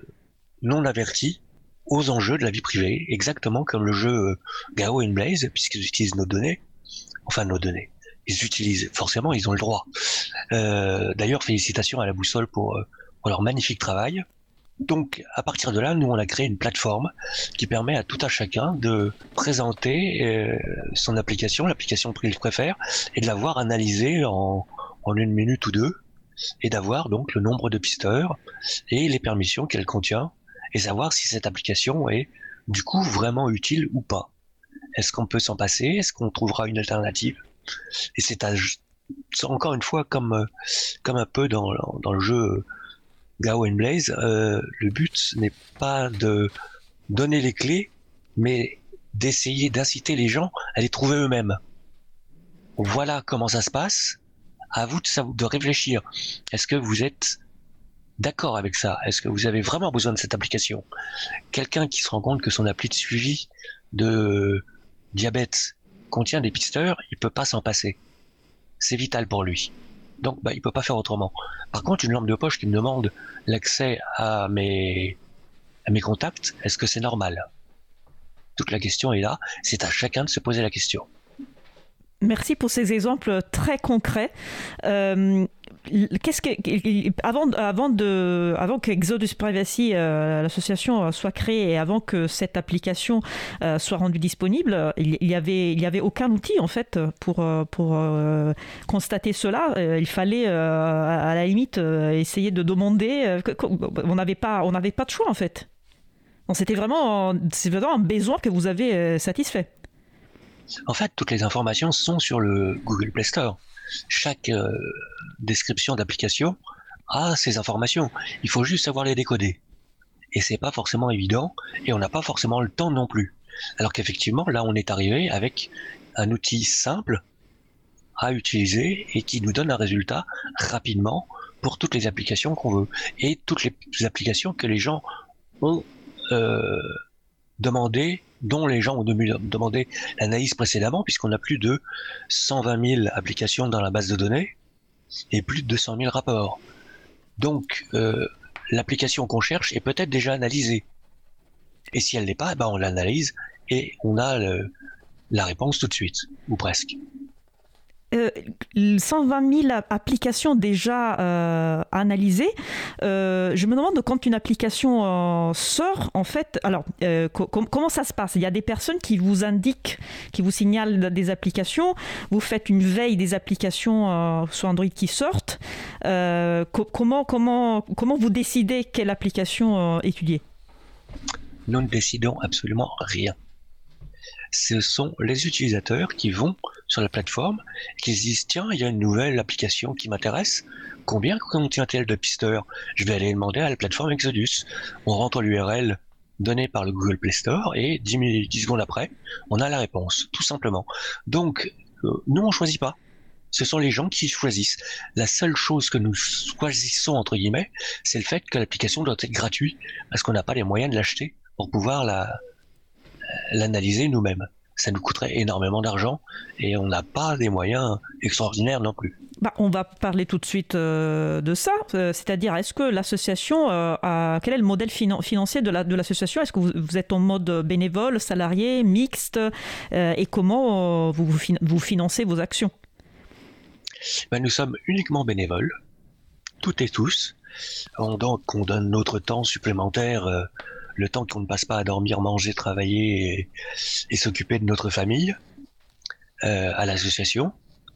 non averties aux enjeux de la vie privée, exactement comme le jeu Gao and Blaze, puisqu'ils utilisent nos données. Enfin, nos données. Ils utilisent, forcément, ils ont le droit. D'ailleurs, félicitations à la Boussole pour leur magnifique travail. Donc, à partir de là, nous, on a créé une plateforme qui permet à tout un chacun de présenter son application, l'application qu'il préfère, et de la voir analysée en 1 minute ou 2, et d'avoir donc le nombre de pisteurs et les permissions qu'elle contient, et savoir si cette application est, du coup, vraiment utile ou pas. Est-ce qu'on peut s'en passer? Est-ce qu'on trouvera une alternative? Et c'est encore une fois comme un peu dans le jeu Gao and Blaze, le but n'est pas de donner les clés, mais d'essayer d'inciter les gens à les trouver eux-mêmes. Voilà comment ça se passe. À vous de réfléchir. Est-ce que vous êtes d'accord avec ça? Est-ce que vous avez vraiment besoin de cette application? Quelqu'un qui se rend compte que son appli de suivi de diabète contient des pisteurs, il peut pas s'en passer. C'est vital pour lui. Donc, il peut pas faire autrement. Par contre, une lampe de poche qui me demande l'accès à mes contacts, est-ce que c'est normal? Toute la question est là. C'est à chacun de se poser la question. Merci pour ces exemples très concrets. Avant que Exodus Privacy, l'association, soit créée et avant que cette application soit rendue disponible, il y avait aucun outil en fait pour constater cela. Il fallait à la limite essayer de demander. On n'avait pas de choix en fait. Donc c'est vraiment un besoin que vous avez satisfait. En fait, toutes les informations sont sur le Google Play Store. Chaque description d'application a ces informations. Il faut juste savoir les décoder. Et c'est pas forcément évident, et on n'a pas forcément le temps non plus. Alors qu'effectivement, là, on est arrivé avec un outil simple à utiliser et qui nous donne un résultat rapidement pour toutes les applications qu'on veut. Et toutes les applications que les gens ont demandé, dont les gens ont demandé l'analyse précédemment, puisqu'on a plus de 120 000 applications dans la base de données et plus de 200 000 rapports. Donc, l'application qu'on cherche est peut-être déjà analysée. Et si elle l'est pas, on l'analyse et on a la réponse tout de suite, ou presque. 120 000 applications déjà analysées. Je me demande quand une application sort, en fait, alors comment ça se passe ? Il y a des personnes qui vous indiquent, qui vous signalent des applications. Vous faites une veille des applications sur Android qui sortent. Comment vous décidez quelle application étudier ? Nous ne décidons absolument rien. Ce sont les utilisateurs qui vont sur la plateforme et qui se disent tiens, il y a une nouvelle application qui m'intéresse. Combien contient-elle de pisteurs ? Je vais aller demander à la plateforme Exodus. On rentre l'URL donnée par le Google Play Store et 10 secondes après, on a la réponse, tout simplement. Donc, nous, on ne choisit pas. Ce sont les gens qui choisissent. La seule chose que nous choisissons, entre guillemets, c'est le fait que l'application doit être gratuite parce qu'on n'a pas les moyens de l'acheter pour pouvoir l'analyser nous-mêmes. Ça nous coûterait énormément d'argent et on n'a pas des moyens extraordinaires non plus. On va parler tout de suite de ça, c'est-à-dire est-ce que l'association, quel est le modèle financier de l'association ? Est-ce que vous êtes en mode bénévole, salarié, mixte et comment vous financez vos actions ? Nous sommes uniquement bénévoles, toutes et tous. Donc on donne notre temps supplémentaire, le temps qu'on ne passe pas à dormir, manger, travailler et s'occuper de notre famille à l'association.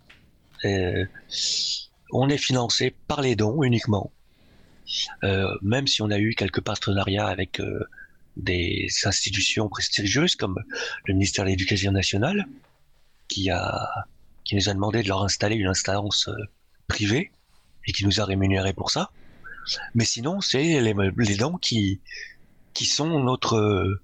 On est financé par les dons uniquement, même si on a eu quelques partenariats avec des institutions prestigieuses comme le ministère de l'Éducation nationale qui nous a demandé de leur installer une instance privée et qui nous a rémunérés pour ça. Mais sinon, c'est les dons qui sont notre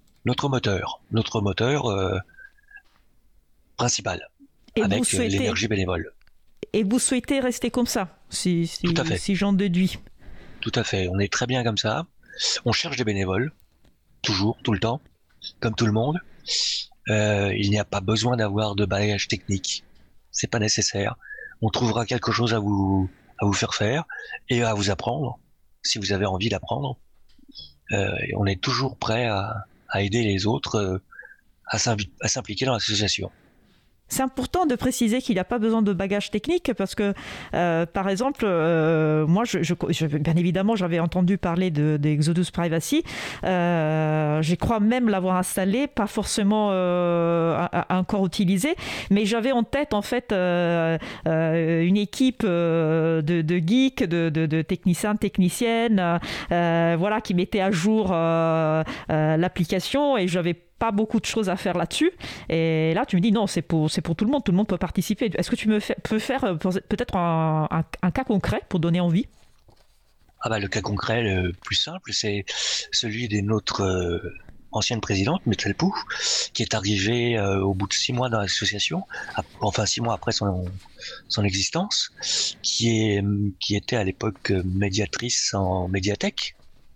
moteur principal, et avec l'énergie bénévole. Et vous souhaitez rester comme ça, si j'en déduis. Tout à fait, on est très bien comme ça. On cherche des bénévoles, toujours, tout le temps, comme tout le monde. Il n'y a pas besoin d'avoir de bagage technique. C'est pas nécessaire. On trouvera quelque chose à vous faire faire et à vous apprendre, si vous avez envie d'apprendre. On est toujours prêt à aider les autres à s'impliquer dans l'association. C'est important de préciser qu'il n'y a pas besoin de bagage technique parce que, par exemple, moi, bien évidemment, j'avais entendu parler d'Exodus Privacy. Je crois même l'avoir installé, pas forcément encore utilisé, mais j'avais en tête, en fait, une équipe de geeks, de techniciens, techniciennes, voilà, qui mettaient à jour l'application et j'avais pas beaucoup de choses à faire là-dessus. Et là, tu me dis non, c'est pour tout le monde peut participer. Est-ce que tu peux faire peut-être un cas concret pour donner envie ? Le cas concret le plus simple, c'est celui de notre ancienne présidente, Metal Pou, qui est arrivée au bout de 6 mois dans l'association, 6 mois après son existence, qui était à l'époque médiatrice en médiathèque,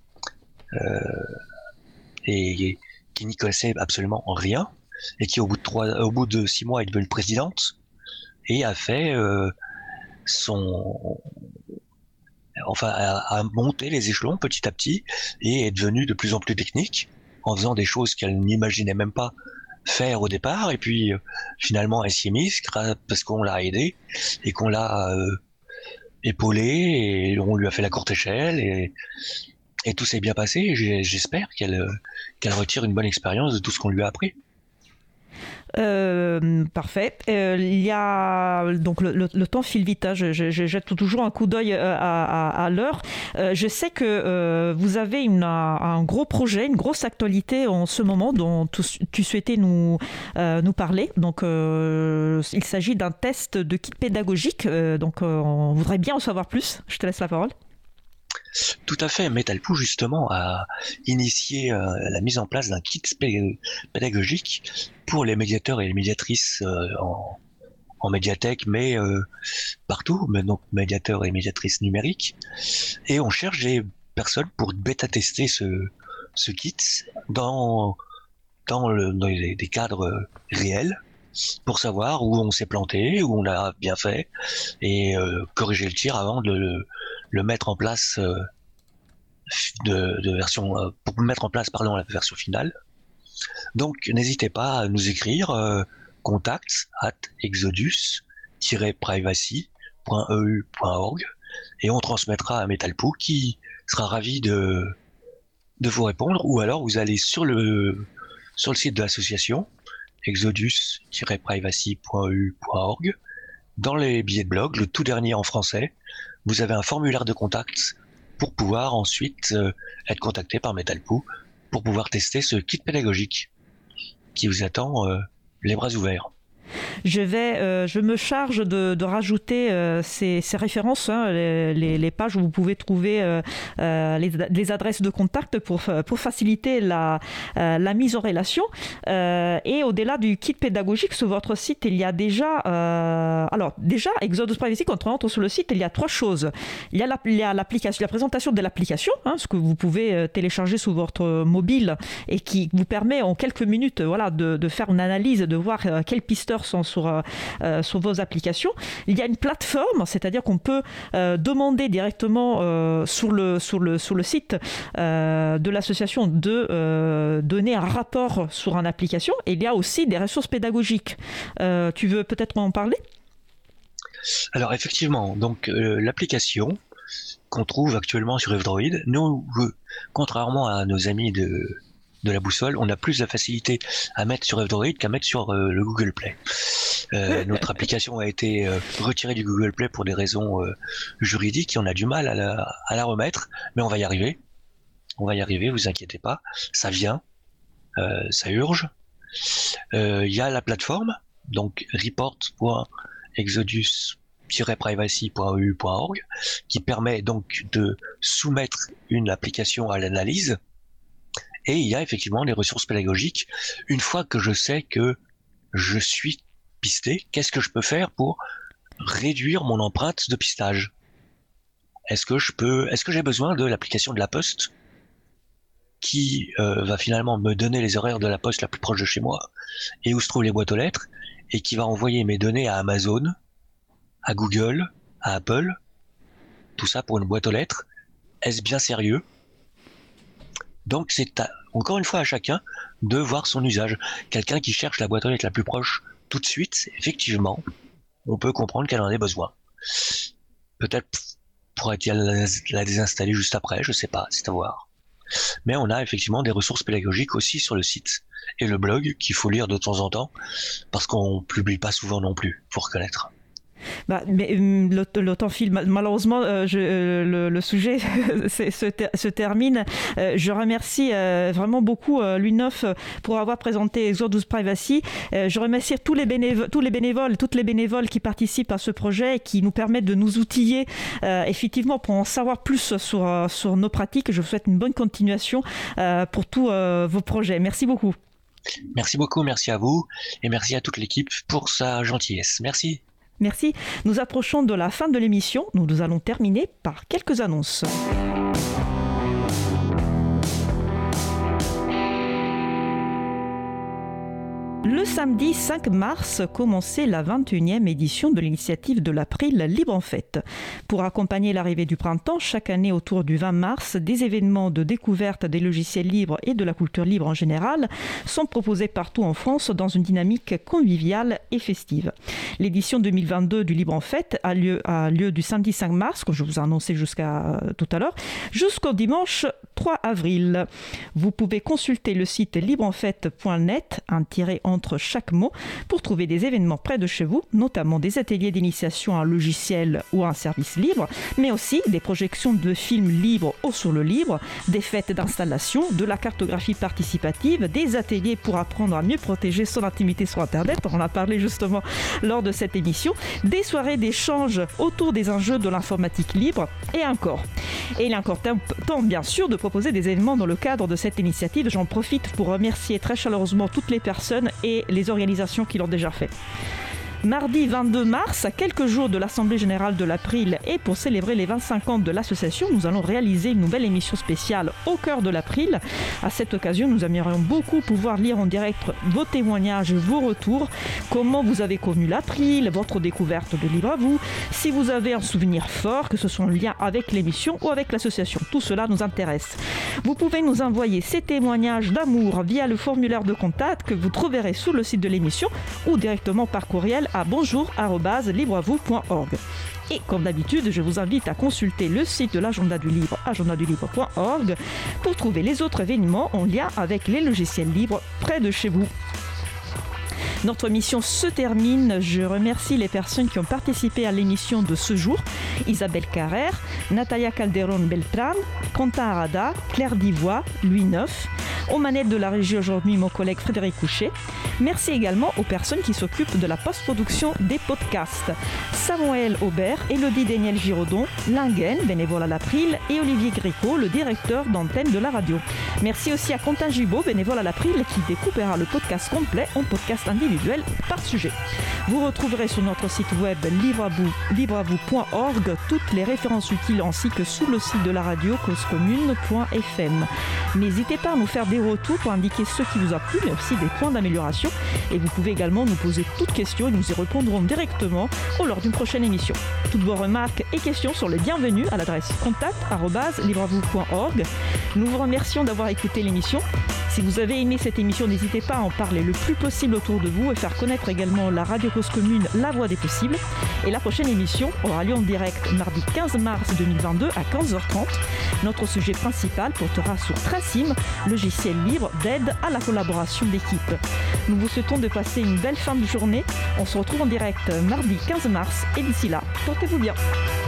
et qui n'y connaissait absolument rien et qui au bout de 6 mois est devenue présidente et a fait a monté les échelons petit à petit et est devenue de plus en plus technique en faisant des choses qu'elle n'imaginait même pas faire au départ et puis finalement elle s'y est mise parce qu'on l'a aidée et qu'on l'a épaulée et on lui a fait la courte échelle et tout s'est bien passé. J'espère qu'elle retire une bonne expérience de tout ce qu'on lui a appris. Parfait. Il y a donc le temps file vite. Je jette toujours un coup d'œil à l'heure. Je sais que vous avez un gros projet, une grosse actualité en ce moment dont tu souhaitais nous parler. Donc, il s'agit d'un test de kit pédagogique. Donc, on voudrait bien en savoir plus. Je te laisse la parole. Tout à fait. Metal Pou justement a initié la mise en place d'un kit pédagogique pour les médiateurs et les médiatrices en médiathèque, mais partout, mais donc médiateurs et médiatrices numériques. Et on cherche des personnes pour bêta-tester ce kit dans des cadres réels pour savoir où on s'est planté, où on a bien fait et corriger le tir avant de le mettre en place pour mettre en place la version finale. Donc n'hésitez pas à nous écrire contact@exodus privacy.eu.org et on transmettra à Metalpo qui sera ravi de vous répondre, ou alors vous allez sur le site de l'association exodus-privacy.eu.org. Dans les billets de blog, le tout dernier en français, vous avez un formulaire de contact pour pouvoir ensuite être contacté par Metalpo pour pouvoir tester ce kit pédagogique qui vous attend les bras ouverts. Je me charge de rajouter ces références, les pages où vous pouvez trouver les adresses de contact pour faciliter la mise en relation. Et au-delà du kit pédagogique, sur votre site, il y a déjà... Exodus Privacy, quand on entre sur le site, il y a 3 choses. Il y a l'application, la présentation de l'application, ce que vous pouvez télécharger sur votre mobile et qui vous permet en quelques minutes de faire une analyse, de voir quels pisteurs sont sur vos applications. Il y a une plateforme, c'est-à-dire qu'on peut demander directement sur le site de l'association de donner un rapport sur une application. Et il y a aussi des ressources pédagogiques. Tu veux peut-être en parler ? Alors effectivement, donc l'application qu'on trouve actuellement sur F-Droid, nous, contrairement à nos amis de la boussole, on a plus de facilité à mettre sur F-Droid qu'à mettre sur le Google Play. Notre application a été retirée du Google Play pour des raisons juridiques et on a du mal à la remettre, mais on va y arriver. On va y arriver, vous inquiétez pas. Ça vient, ça urge. Il y a la plateforme, donc report.exodus-privacy.eu.org, qui permet donc de soumettre une application à l'analyse. Et il y a effectivement des ressources pédagogiques. Une fois que je sais que je suis pisté, qu'est-ce que je peux faire pour réduire mon empreinte de pistage ? Est-ce que j'ai besoin de l'application de la Poste qui va finalement me donner les horaires de la Poste la plus proche de chez moi et où se trouvent les boîtes aux lettres et qui va envoyer mes données à Amazon, à Google, à Apple, tout ça pour une boîte aux lettres? Est-ce bien sérieux ? Donc c'est encore une fois à chacun de voir son usage. Quelqu'un qui cherche la boîte aux lettres la plus proche tout de suite, effectivement, on peut comprendre qu'elle en ait besoin. Peut-être pourrait-il la désinstaller juste après, je sais pas, c'est à voir. Mais on a effectivement des ressources pédagogiques aussi sur le site et le blog qu'il faut lire de temps en temps parce qu'on publie pas souvent non plus, faut reconnaître. Mais le temps file. Malheureusement, le sujet se termine. Je remercie vraiment beaucoup l'UNOF pour avoir présenté Exodus Privacy. Je remercie tous les bénévoles, toutes les bénévoles qui participent à ce projet et qui nous permettent de nous outiller effectivement pour en savoir plus sur nos pratiques. Je vous souhaite une bonne continuation pour tous vos projets. Merci beaucoup. Merci beaucoup, merci à vous et merci à toute l'équipe pour sa gentillesse. Merci. Merci. Nous approchons de la fin de l'émission. Nous allons terminer par quelques annonces. Le samedi 5 mars commençait la 21e édition de l'initiative de l'April Libre en Fête. Pour accompagner l'arrivée du printemps, chaque année autour du 20 mars, des événements de découverte des logiciels libres et de la culture libre en général sont proposés partout en France dans une dynamique conviviale et festive. L'édition 2022 du Libre en Fête a lieu du samedi 5 mars, comme je vous ai annoncé jusqu'à tout à l'heure, jusqu'au dimanche 3 avril. Vous pouvez consulter le site libreenfête.net, entre chaque mot, pour trouver des événements près de chez vous, notamment des ateliers d'initiation à un logiciel ou à un service libre, mais aussi des projections de films libres ou sur le libre, des fêtes d'installation, de la cartographie participative, des ateliers pour apprendre à mieux protéger son intimité sur Internet, on en a parlé justement lors de cette émission, des soirées d'échange autour des enjeux de l'informatique libre et encore. Et il est encore temps, bien sûr, de proposer des événements dans le cadre de cette initiative. J'en profite pour remercier très chaleureusement toutes les personnes et les organisations qui l'ont déjà fait. Mardi 22 mars, à quelques jours de l'Assemblée Générale de l'April et pour célébrer les 25 ans de l'association, nous allons réaliser une nouvelle émission spéciale au cœur de l'April. À cette occasion, nous aimerions beaucoup pouvoir lire en direct vos témoignages, vos retours, comment vous avez connu l'April, votre découverte de Libre à vous, si vous avez un souvenir fort, que ce soit en lien avec l'émission ou avec l'association. Tout cela nous intéresse. Vous pouvez nous envoyer ces témoignages d'amour via le formulaire de contact que vous trouverez sur le site de l'émission ou directement par courriel à bonjour@libreavou.org. Et comme d'habitude, je vous invite à consulter le site de l'Agenda du Livre, agendadulibre.org, pour trouver les autres événements en lien avec les logiciels libres près de chez vous. Notre émission se termine. Je remercie les personnes qui ont participé à l'émission de ce jour. Isabelle Carrère, Natalia Calderon-Beltran, Quentin Arada, Claire Divois, Louis Neuf. Aux manettes de la régie aujourd'hui, mon collègue Frédéric Couchet. Merci également aux personnes qui s'occupent de la post-production des podcasts. Samuel Aubert, Élodie Daniel Giraudon, Lingen, bénévole à l'April, et Olivier Gréco, le directeur d'antenne de la radio. Merci aussi à Quentin Gibaud, bénévole à l'April, qui découpera le podcast complet en podcast individuel par sujet. Vous retrouverez sur notre site web libreavou.org toutes les références utiles ainsi que sous le site de la radio causecommune.fm. N'hésitez pas à nous faire des retours pour indiquer ce qui vous a plu, mais aussi des points d'amélioration. Et vous pouvez également nous poser toutes questions et nous y répondrons directement lors d'une prochaine émission. Toutes vos remarques et questions sont les bienvenues à l'adresse contact@libreavou.org. Nous vous remercions d'avoir écouté l'émission. Si vous avez aimé cette émission, n'hésitez pas à en parler le plus possible autour de vous et faire connaître également la radio Cause Commune, la voix des possibles. Et la prochaine émission aura lieu en direct mardi 15 mars 2022 à 15h30. Notre sujet principal portera sur Tracim, logiciel libre d'aide à la collaboration d'équipe. Nous vous souhaitons de passer une belle fin de journée. On se retrouve en direct mardi 15 mars et d'ici là, portez-vous bien.